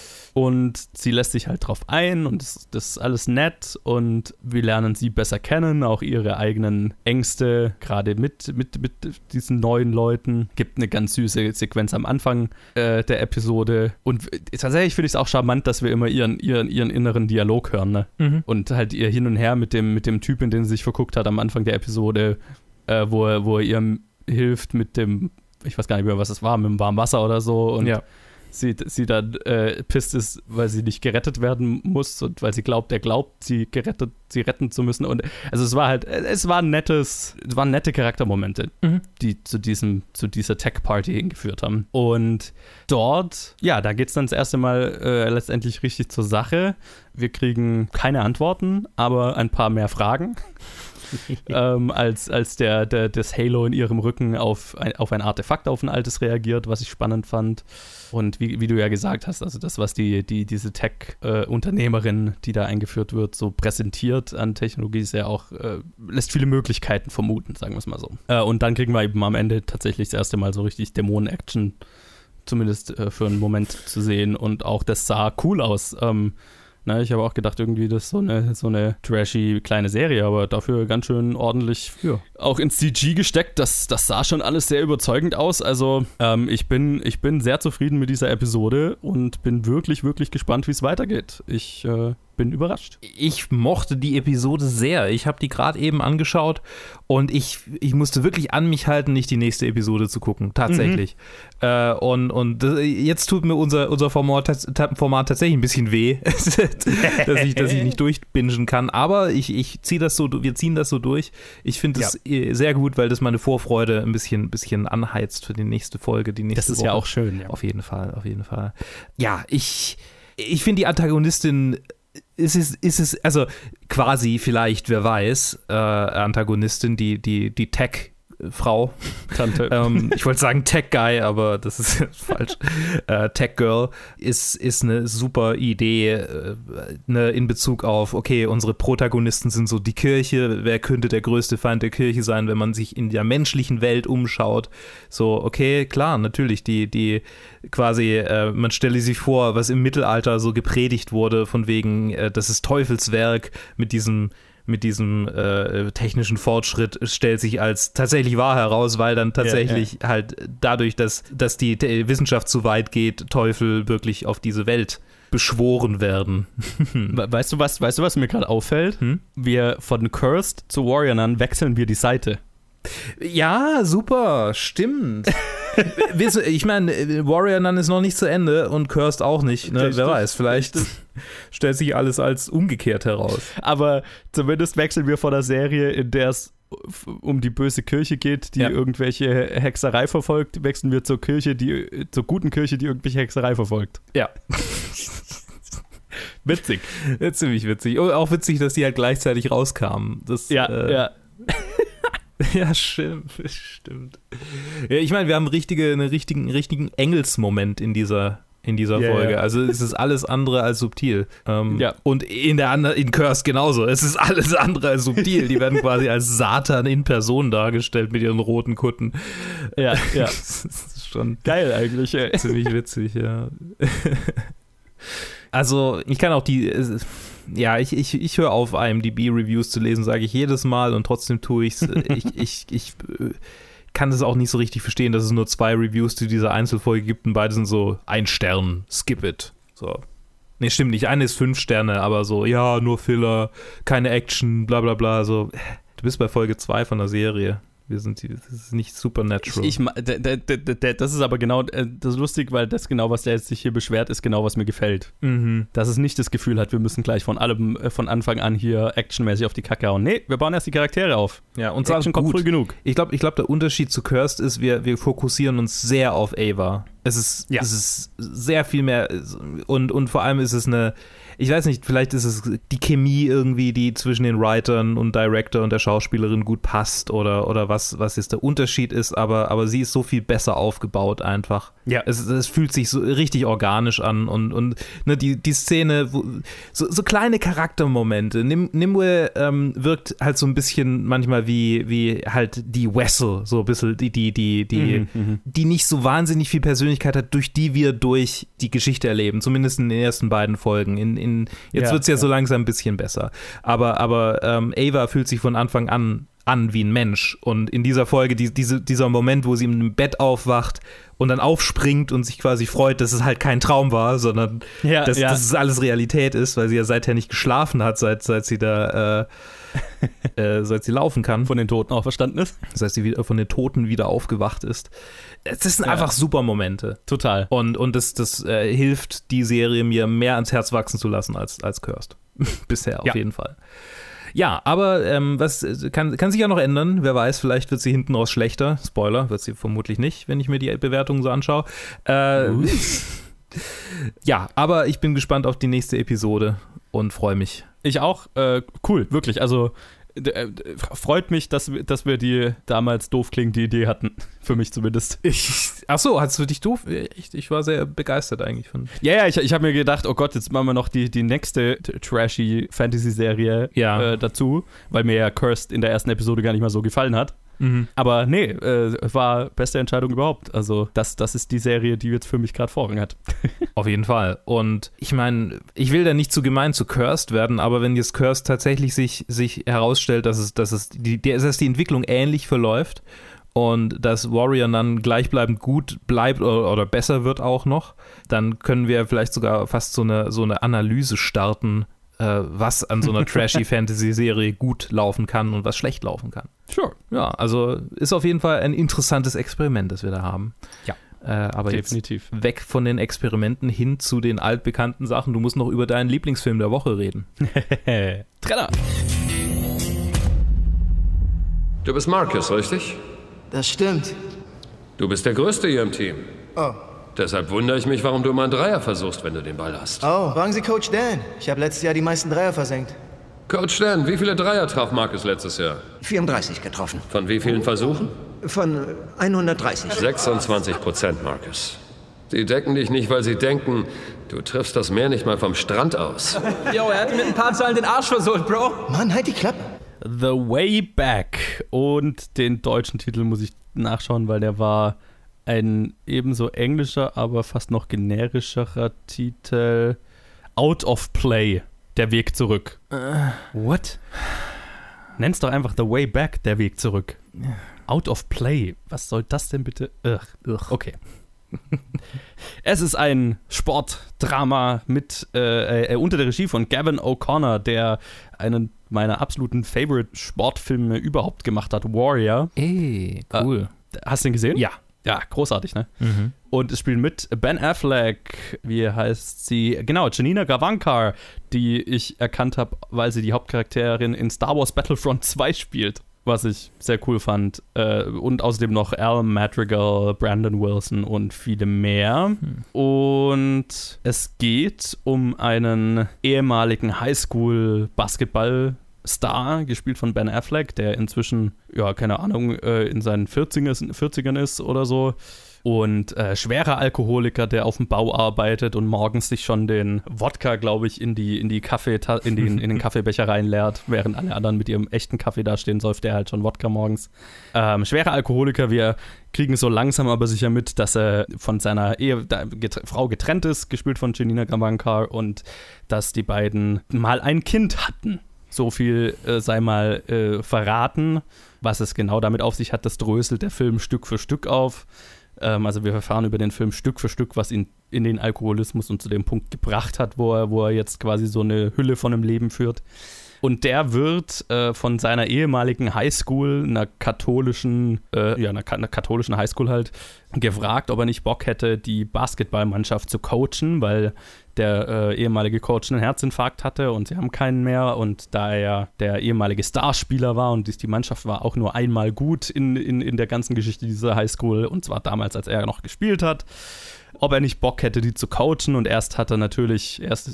Und sie lässt sich halt drauf ein und das, das ist alles nett und wir lernen sie besser kennen, auch ihre eigenen Ängste, gerade mit, mit, mit diesen neuen Leuten. Gibt eine ganz süße Sequenz am Anfang äh, der Episode und tatsächlich finde ich es auch charmant, dass wir immer ihren, ihren, ihren inneren Dialog hören, ne? Mhm. Und halt ihr Hin und Her mit dem, mit dem Typ, in den sie sich verguckt hat am Anfang der Episode, äh, wo, er, wo er ihr hilft mit dem, ich weiß gar nicht mehr, was es war, mit dem warmen Wasser oder so und ja. Sie, sie dann äh, pisst ist, weil sie nicht gerettet werden muss und weil sie glaubt, er glaubt, sie gerettet, sie retten zu müssen. Und also es war halt, es war ein nettes, es waren nette Charaktermomente, mhm. die zu diesem, zu dieser Tech-Party hingeführt haben. Und dort, ja, da geht es dann das erste Mal äh, letztendlich richtig zur Sache. Wir kriegen keine Antworten, aber ein paar mehr Fragen. ähm, als, als der, der, das Halo in ihrem Rücken auf ein, auf ein Artefakt, auf ein altes reagiert, was ich spannend fand. Und wie, wie du ja gesagt hast, also das, was die, die, diese Tech-Unternehmerin, äh, die da eingeführt wird, so präsentiert an Technologie, ist ja auch, äh, lässt viele Möglichkeiten vermuten, sagen wir es mal so. Äh, und dann kriegen wir eben am Ende tatsächlich das erste Mal so richtig Dämonen-Action, zumindest äh, für einen Moment zu sehen. Und auch das sah cool aus. Ähm, Na, ich habe auch gedacht, irgendwie das ist so eine, so eine trashy kleine Serie, aber dafür ganz schön ordentlich ja. auch ins C G gesteckt. Das, das sah schon alles sehr überzeugend aus. Also ähm, ich bin, ich bin sehr zufrieden mit dieser Episode und bin wirklich, wirklich gespannt, wie es weitergeht. Ich äh, bin überrascht. Ich mochte die Episode sehr. Ich habe die gerade eben angeschaut und ich, ich musste wirklich an mich halten, nicht die nächste Episode zu gucken. Tatsächlich. Mhm. Äh, und, und jetzt tut mir unser, unser Format, Format tatsächlich ein bisschen weh, dass, ich, dass ich nicht durchbingen kann. Aber ich, ich ziehe das so, wir ziehen das so durch. Ich finde es ja. sehr gut, weil das meine Vorfreude ein bisschen, bisschen anheizt für die nächste Folge. Die nächste das ist Woche. Ja auch schön. Ja. Auf jeden Fall, auf jeden Fall. Ja, ich, ich finde die Antagonistin Ist es, ist es, also quasi vielleicht, wer weiß, äh, Antagonistin, die, die, die Tech-Frau. Tante. ähm, ich wollte sagen Tech-Guy, aber das ist falsch. Äh, Tech-Girl ist, ist eine super Idee äh, ne, in Bezug auf, okay, unsere Protagonisten sind so die Kirche. Wer könnte der größte Feind der Kirche sein, wenn man sich in der menschlichen Welt umschaut? So, okay, klar, natürlich, die, die quasi, äh, man stelle sich vor, was im Mittelalter so gepredigt wurde, von wegen, äh, das ist Teufelswerk mit diesem mit diesem äh, technischen Fortschritt, stellt sich als tatsächlich wahr heraus, weil dann tatsächlich ja, ja. halt dadurch, dass, dass die T- Wissenschaft zu weit geht, Teufel wirklich auf diese Welt beschworen werden. Weißt du was, weißt du, was mir gerade auffällt? Hm? Wir von Cursed zu Warrior Nun wechseln wir die Seite. Ja, super, stimmt. Ich meine, Warrior Nun ist noch nicht zu Ende und Cursed auch nicht. Ne? Wer weiß, vielleicht stellt sich alles als umgekehrt heraus. Aber zumindest wechseln wir von der Serie, in der es um die böse Kirche geht, die ja. irgendwelche Hexerei verfolgt, wechseln wir zur Kirche, die zur guten Kirche, die irgendwelche Hexerei verfolgt. Ja. Witzig. Ja, ziemlich witzig. Und auch witzig, dass die halt gleichzeitig rauskamen. Das, ja, äh, ja. Ja, stimmt, stimmt. Ja, ich meine, wir haben richtige, einen richtigen, richtigen Engelsmoment in dieser, in dieser yeah, Folge. Ja. Also es ist alles andere als subtil. Ähm, ja. Und in der anderen, in Curse genauso. Es ist alles andere als subtil. Die werden quasi als Satan in Person dargestellt mit ihren roten Kutten. Ja, ja. Das ist schon geil eigentlich. Ey. Ziemlich witzig, ja. Also ich kann auch die, ja, ich, ich, ich höre auf, I M D B-Reviews zu lesen, sage ich jedes Mal und trotzdem tue ich's. ich Ich, ich kann das auch nicht so richtig verstehen, dass es nur zwei Reviews zu dieser Einzelfolge gibt und beide sind so ein Stern, skip it. So. Nee, stimmt nicht, eine ist fünf Sterne, aber so, ja, nur Filler, keine Action, bla bla bla, so. Du bist bei Folge zwei von der Serie. Wir sind, das ist nicht supernatural. Ich, ich, d, d, d, d, das ist aber genau, das ist lustig, weil das genau, was der jetzt sich hier beschwert, ist genau, was mir gefällt. Mhm. Dass es nicht das Gefühl hat, wir müssen gleich von allem, von Anfang an hier actionmäßig auf die Kacke hauen. Nee, wir bauen erst die Charaktere auf. Ja, und Action kommt früh genug. Ich glaube, ich glaub, der Unterschied zu Cursed ist, wir, wir fokussieren uns sehr auf Ava. Es ist, ja. es ist sehr viel mehr und, und vor allem ist es eine, ich weiß nicht, vielleicht ist es die Chemie irgendwie, die zwischen den Writern und Director und der Schauspielerin gut passt oder, oder was, was jetzt der Unterschied ist, aber, aber sie ist so viel besser aufgebaut einfach. Ja. Es, es fühlt sich so richtig organisch an und, und ne, die, die Szene, wo, so, so kleine Charaktermomente. Nim, Nimue ähm, wirkt halt so ein bisschen manchmal wie, wie halt die Wessel, so ein bisschen die, die, die, die, mhm, die nicht so wahnsinnig viel Persönlichkeit hat, durch die wir durch die Geschichte erleben, zumindest in den ersten beiden Folgen. In, in, jetzt ja, wird es ja, ja so langsam ein bisschen besser. Aber, aber ähm, Ava fühlt sich von Anfang an an wie ein Mensch. Und in dieser Folge, die, diese, dieser Moment, wo sie im Bett aufwacht und dann aufspringt und sich quasi freut, dass es halt kein Traum war, sondern ja, dass, ja. dass es alles Realität ist, weil sie ja seither nicht geschlafen hat, seit, seit sie da äh, äh, seit sie laufen kann. Von den Toten auch verstanden ist. Seit sie wieder, von den Toten wieder aufgewacht ist. Das sind ja. einfach super Momente. Total. Und, und das, das äh, hilft, die Serie mir mehr ans Herz wachsen zu lassen als, als Cursed. Bisher auf ja. jeden Fall. Ja, aber ähm, was kann, kann sich ja noch ändern. Wer weiß, vielleicht wird sie hinten raus schlechter. Spoiler, wird sie vermutlich nicht, wenn ich mir die Bewertungen so anschaue. Äh, uh. Ja, aber ich bin gespannt auf die nächste Episode und freue mich. Ich auch. Äh, cool, wirklich. Also äh, freut mich, dass, dass wir die damals doof klingende Idee hatten. Für mich zumindest. Ich, ach so, hast du dich doof? Ich, ich war sehr begeistert eigentlich von. Ja, ja, ich, ich habe mir gedacht, oh Gott, jetzt machen wir noch die, die nächste trashy Fantasy-Serie ja. äh, dazu, weil mir ja Cursed in der ersten Episode gar nicht mal so gefallen hat. Mhm. Aber nee, äh, war beste Entscheidung überhaupt. Also das, das ist die Serie, die jetzt für mich gerade Vorrang hat. Auf jeden Fall. Und ich meine, ich will da nicht zu gemein zu Cursed werden, aber wenn jetzt Cursed tatsächlich sich, sich herausstellt, dass es, dass es die, dass die Entwicklung ähnlich verläuft und dass Warrior dann gleichbleibend gut bleibt oder, oder besser wird auch noch, dann können wir vielleicht sogar fast so eine, so eine Analyse starten, was an so einer trashy Fantasy-Serie gut laufen kann und was schlecht laufen kann. Sure. Ja, also ist auf jeden Fall ein interessantes Experiment, das wir da haben. Ja, äh, aber definitiv. Jetzt weg von den Experimenten hin zu den altbekannten Sachen. Du musst noch über deinen Lieblingsfilm der Woche reden. Trenner! Du bist Marcus, richtig? Das stimmt. Du bist der Größte hier im Team. Oh. Deshalb wundere ich mich, warum du immer einen Dreier versuchst, wenn du den Ball hast. Oh, fragen Sie Coach Dan. Ich habe letztes Jahr die meisten Dreier versenkt. Coach Dan, wie viele Dreier traf Marcus letztes Jahr? vierunddreißig getroffen. Von wie vielen Versuchen? Von hundertdreißig. sechsundzwanzig Prozent, Marcus. Sie decken dich nicht, weil sie denken, du triffst das Meer nicht mal vom Strand aus. Jo, er hat dir mit ein paar Zahlen den Arsch versohlt, Bro. Mann, halt die Klappe. The Way Back. Und den deutschen Titel muss ich nachschauen, weil der war ein ebenso englischer, aber fast noch generischerer Titel. Out of Play. Der Weg zurück. Uh, what? Nenn's doch einfach The Way Back, der Weg zurück. Out of Play. Was soll das denn bitte? Ugh. Ugh. Okay. Es ist ein Sportdrama mit äh, äh, unter der Regie von Gavin O'Connor, der einen meiner absoluten Favorite-Sportfilme überhaupt gemacht hat, Warrior. Ey, cool. Äh, hast du den gesehen? Ja. Ja, großartig, ne? Mhm. Und es spielen mit Ben Affleck, wie heißt sie? Genau, Janina Gavankar, die ich erkannt habe, weil sie die Hauptcharakterin in Star Wars Battlefront zwei spielt. was ich sehr cool fand. Äh, und außerdem noch Al Madrigal, Brandon Wilson und viele mehr. Hm. Und es geht um einen ehemaligen Highschool-Basketball-Star, gespielt von Ben Affleck, der inzwischen, ja, keine Ahnung, äh, in seinen vierzigern ist oder so. Und äh, schwerer Alkoholiker, der auf dem Bau arbeitet und morgens sich schon den Wodka, glaube ich, in die, in die Kaffee, in den, in den Kaffeebecher reinleert, während alle anderen mit ihrem echten Kaffee dastehen, säuft er halt schon Wodka morgens. Ähm, schwerer Alkoholiker, wir kriegen so langsam aber sicher mit, dass er von seiner Ehe, da, get, Frau getrennt ist, gespielt von Janina Gavankar, und dass die beiden mal ein Kind hatten. So viel äh, sei mal äh, verraten. Was es genau damit auf sich hat, das dröselt der Film Stück für Stück auf. Also wir erfahren über den Film Stück für Stück, was ihn in den Alkoholismus und zu dem Punkt gebracht hat, wo er, wo er jetzt quasi so eine Hülle von einem Leben führt. Und der wird äh, von seiner ehemaligen Highschool, einer katholischen, äh, ja, einer, einer katholischen Highschool halt, gefragt, ob er nicht Bock hätte, die Basketballmannschaft zu coachen, weil der äh, ehemalige Coach einen Herzinfarkt hatte und sie haben keinen mehr. Und da er ja der ehemalige Starspieler war und die Mannschaft war auch nur einmal gut in, in, in der ganzen Geschichte dieser Highschool, und zwar damals, als er noch gespielt hat, ob er nicht Bock hätte, die zu coachen. Und erst hat er natürlich, erst,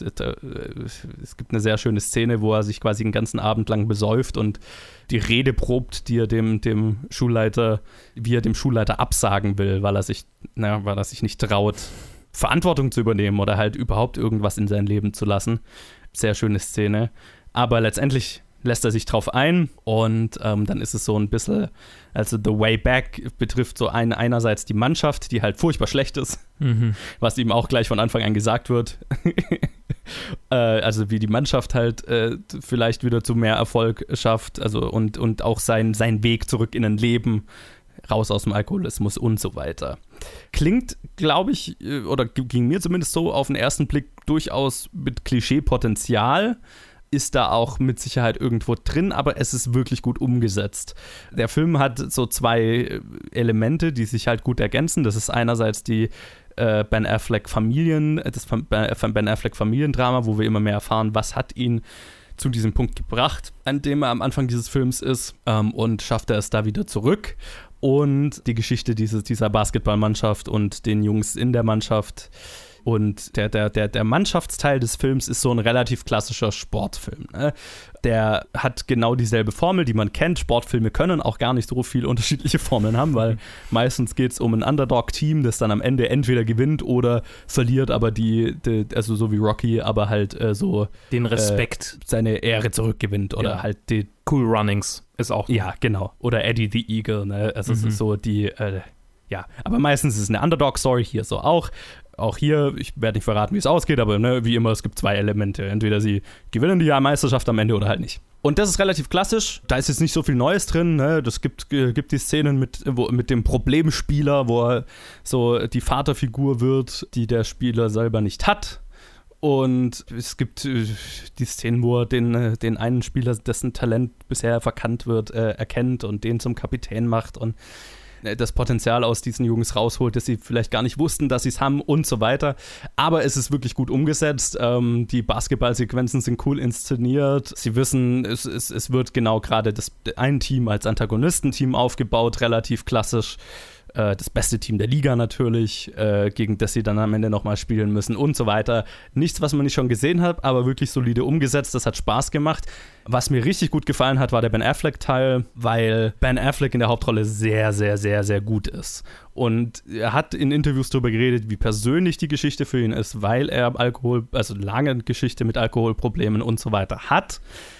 es gibt eine sehr schöne Szene, wo er sich quasi den ganzen Abend lang besäuft und die Rede probt, die er dem, dem Schulleiter, wie er dem Schulleiter absagen will, weil er sich, naja, weil er sich nicht traut, Verantwortung zu übernehmen oder halt überhaupt irgendwas in sein Leben zu lassen. Sehr schöne Szene. Aber letztendlich lässt er sich drauf ein, und ähm, dann ist es so ein bisschen, also The Way Back betrifft so ein, einerseits die Mannschaft, die halt furchtbar schlecht ist, mhm. was ihm auch gleich von Anfang an gesagt wird. äh, also wie die Mannschaft halt äh, vielleicht wieder zu mehr Erfolg schafft, also und, und auch sein, sein Weg zurück in ein Leben, raus aus dem Alkoholismus und so weiter. Klingt, glaube ich, oder ging mir zumindest so auf den ersten Blick durchaus mit Klischee-Potenzial, ist da auch mit Sicherheit irgendwo drin, aber es ist wirklich gut umgesetzt. Der Film hat so zwei Elemente, die sich halt gut ergänzen. Das ist einerseits die äh, Ben Affleck Familien, das Ben Affleck Familiendrama, wo wir immer mehr erfahren, was hat ihn zu diesem Punkt gebracht, an dem er am Anfang dieses Films ist, ähm, und schafft er es da wieder zurück. Und die Geschichte dieses, dieser Basketballmannschaft und den Jungs in der Mannschaft. Und der, der, der, der Mannschaftsteil des Films ist so ein relativ klassischer Sportfilm. Ne? Der hat genau dieselbe Formel, die man kennt. Sportfilme können auch gar nicht so viele unterschiedliche Formeln haben, weil meistens geht es um ein Underdog-Team, das dann am Ende entweder gewinnt oder verliert, aber die, die also so wie Rocky, aber halt äh, so den Respekt, äh, seine Ehre zurückgewinnt oder ja. halt die Cool Runnings ist auch. Ja, genau. Oder Eddie the Eagle, ne? Also mhm. es ist so die, äh, ja, aber meistens ist es eine Underdog-Story, hier so auch. Auch hier, ich werde nicht verraten, wie es ausgeht, aber ne, wie immer, es gibt zwei Elemente. Entweder sie gewinnen die Meisterschaft am Ende oder halt nicht. Und das ist relativ klassisch. Da ist jetzt nicht so viel Neues drin. Ne? Das gibt, äh, gibt die Szenen mit, wo, mit dem Problemspieler, wo er so die Vaterfigur wird, die der Spieler selber nicht hat. Und es gibt äh, die Szenen, wo er den, äh, den einen Spieler, dessen Talent bisher verkannt wird, äh, erkennt und den zum Kapitän macht und das Potenzial aus diesen Jungs rausholt, dass sie vielleicht gar nicht wussten, dass sie es haben und so weiter. Aber es ist wirklich gut umgesetzt. Ähm, die Basketballsequenzen sind cool inszeniert. Sie wissen, es, es, es wird genau gerade das ein Team als Antagonistenteam aufgebaut, relativ klassisch. Äh, das beste Team der Liga natürlich, äh, gegen das sie dann am Ende nochmal spielen müssen und so weiter. Nichts, was man nicht schon gesehen hat, aber wirklich solide umgesetzt. Das hat Spaß gemacht. Was mir richtig gut gefallen hat, war der Ben Affleck-Teil, weil Ben Affleck in der Hauptrolle sehr, sehr, sehr, sehr gut ist. Und er hat in Interviews darüber geredet, wie persönlich die Geschichte für ihn ist, weil er Alkohol, also lange Geschichte mit Alkoholproblemen und so weiter hat.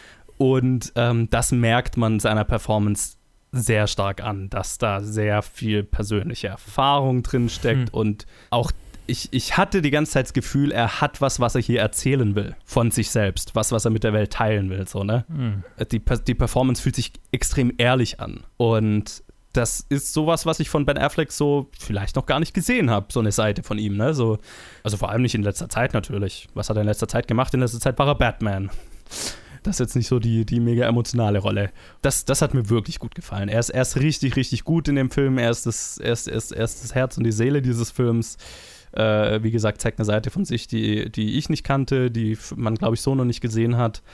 Und ähm, das merkt man seiner Performance sehr stark an, dass da sehr viel persönliche Erfahrung drin steckt hm. und auch Ich, ich hatte die ganze Zeit das Gefühl, er hat was, was er hier erzählen will von sich selbst, was, was er mit der Welt teilen will, so, ne? Mhm. Die, die Performance fühlt sich extrem ehrlich an und das ist sowas, was ich von Ben Affleck so vielleicht noch gar nicht gesehen habe, so eine Seite von ihm, ne? So, also vor allem nicht in letzter Zeit natürlich. Was hat er in letzter Zeit gemacht? In letzter Zeit war er Batman. Das ist jetzt nicht so die, die mega emotionale Rolle. Das, das hat mir wirklich gut gefallen. Er ist, er ist richtig, richtig gut in dem Film. Er ist das, er ist, er ist, er ist das Herz und die Seele dieses Films. Äh, wie gesagt, zeigt eine Seite von sich, die, die ich nicht kannte, die man, glaube ich, so noch nicht gesehen hat.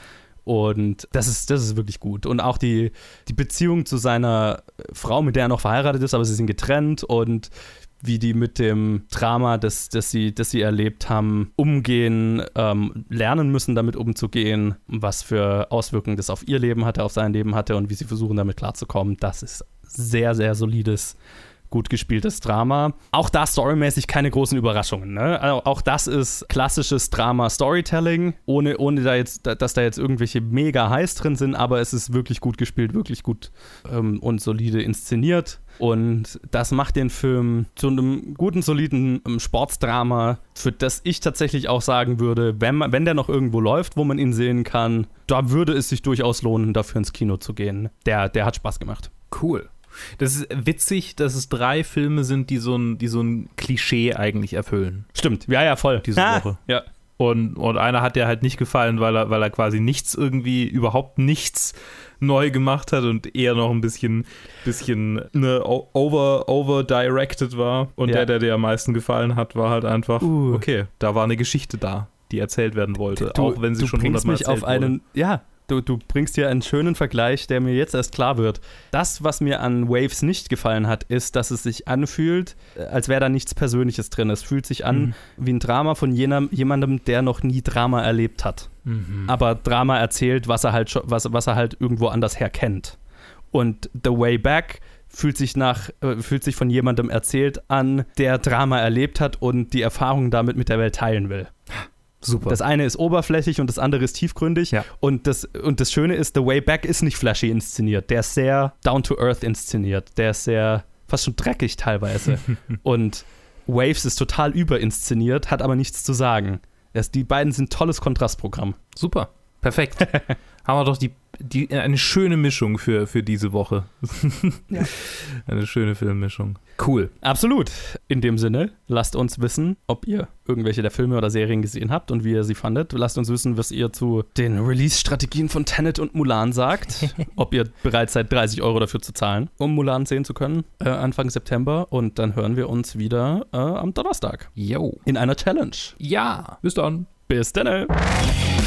Und das ist, das ist wirklich gut. Und auch die, die Beziehung zu seiner Frau, mit der er noch verheiratet ist, aber sie sind getrennt und wie die mit dem Drama, das, das, sie, das sie erlebt haben, umgehen, ähm, lernen müssen, damit umzugehen, was für Auswirkungen das auf ihr Leben hatte, auf sein Leben hatte und wie sie versuchen, damit klarzukommen. Das ist sehr, sehr solides, gut gespieltes Drama. Auch da storymäßig keine großen Überraschungen. Ne? Also auch das ist klassisches Drama-Storytelling, ohne, ohne da jetzt, dass da jetzt irgendwelche mega Highs drin sind, aber es ist wirklich gut gespielt, wirklich gut ähm, und solide inszeniert. Und das macht den Film zu einem guten, soliden ähm, Sportsdrama, für das ich tatsächlich auch sagen würde, wenn, man, wenn der noch irgendwo läuft, wo man ihn sehen kann, da würde es sich durchaus lohnen, dafür ins Kino zu gehen. Der, der hat Spaß gemacht. Cool. Das ist witzig, dass es drei Filme sind, die so ein, die so ein Klischee eigentlich erfüllen. Stimmt, ja, ja, voll. Diese ah, Woche. Ja. Und, und einer hat dir halt nicht gefallen, weil er, weil er quasi nichts irgendwie, überhaupt nichts neu gemacht hat und eher noch ein bisschen, bisschen ne, over, over directed war. Und ja. der, der dir am meisten gefallen hat, war halt einfach, uh. okay, da war eine Geschichte da, die erzählt werden wollte, du, auch wenn sie schon hundertmal erzählt auf einen, wurde. Ja, Du, du bringst hier einen schönen Vergleich, der mir jetzt erst klar wird. Das, was mir an Waves nicht gefallen hat, ist, dass es sich anfühlt, als wäre da nichts Persönliches drin. Es fühlt sich an mhm. wie ein Drama von jenem, jemandem, der noch nie Drama erlebt hat. Mhm. Aber Drama erzählt, was er halt, was, was er halt irgendwo anders her kennt. Und The Way Back fühlt sich nach, äh, fühlt sich von jemandem erzählt an, der Drama erlebt hat und die Erfahrung damit mit der Welt teilen will. Super. Das eine ist oberflächlich und das andere ist tiefgründig. Ja. Und, das, und das Schöne ist, The Way Back ist nicht flashy inszeniert. Der ist sehr down-to-earth inszeniert. Der ist sehr, fast schon dreckig teilweise. Und Waves ist total überinszeniert, hat aber nichts zu sagen. Das, die beiden sind tolles Kontrastprogramm. Super. Perfekt. Haben wir doch die, die, eine schöne Mischung für, für diese Woche. Ja. Eine schöne Filmmischung. Cool. Absolut. In dem Sinne, lasst uns wissen, ob ihr irgendwelche der Filme oder Serien gesehen habt und wie ihr sie fandet. Lasst uns wissen, was ihr zu den Release-Strategien von Tenet und Mulan sagt. Ob ihr bereit seid, dreißig Euro dafür zu zahlen, um Mulan sehen zu können, äh, Anfang September. Und dann hören wir uns wieder äh, am Donnerstag. Jo. In einer Challenge. Ja. Bis dann. Bis dann.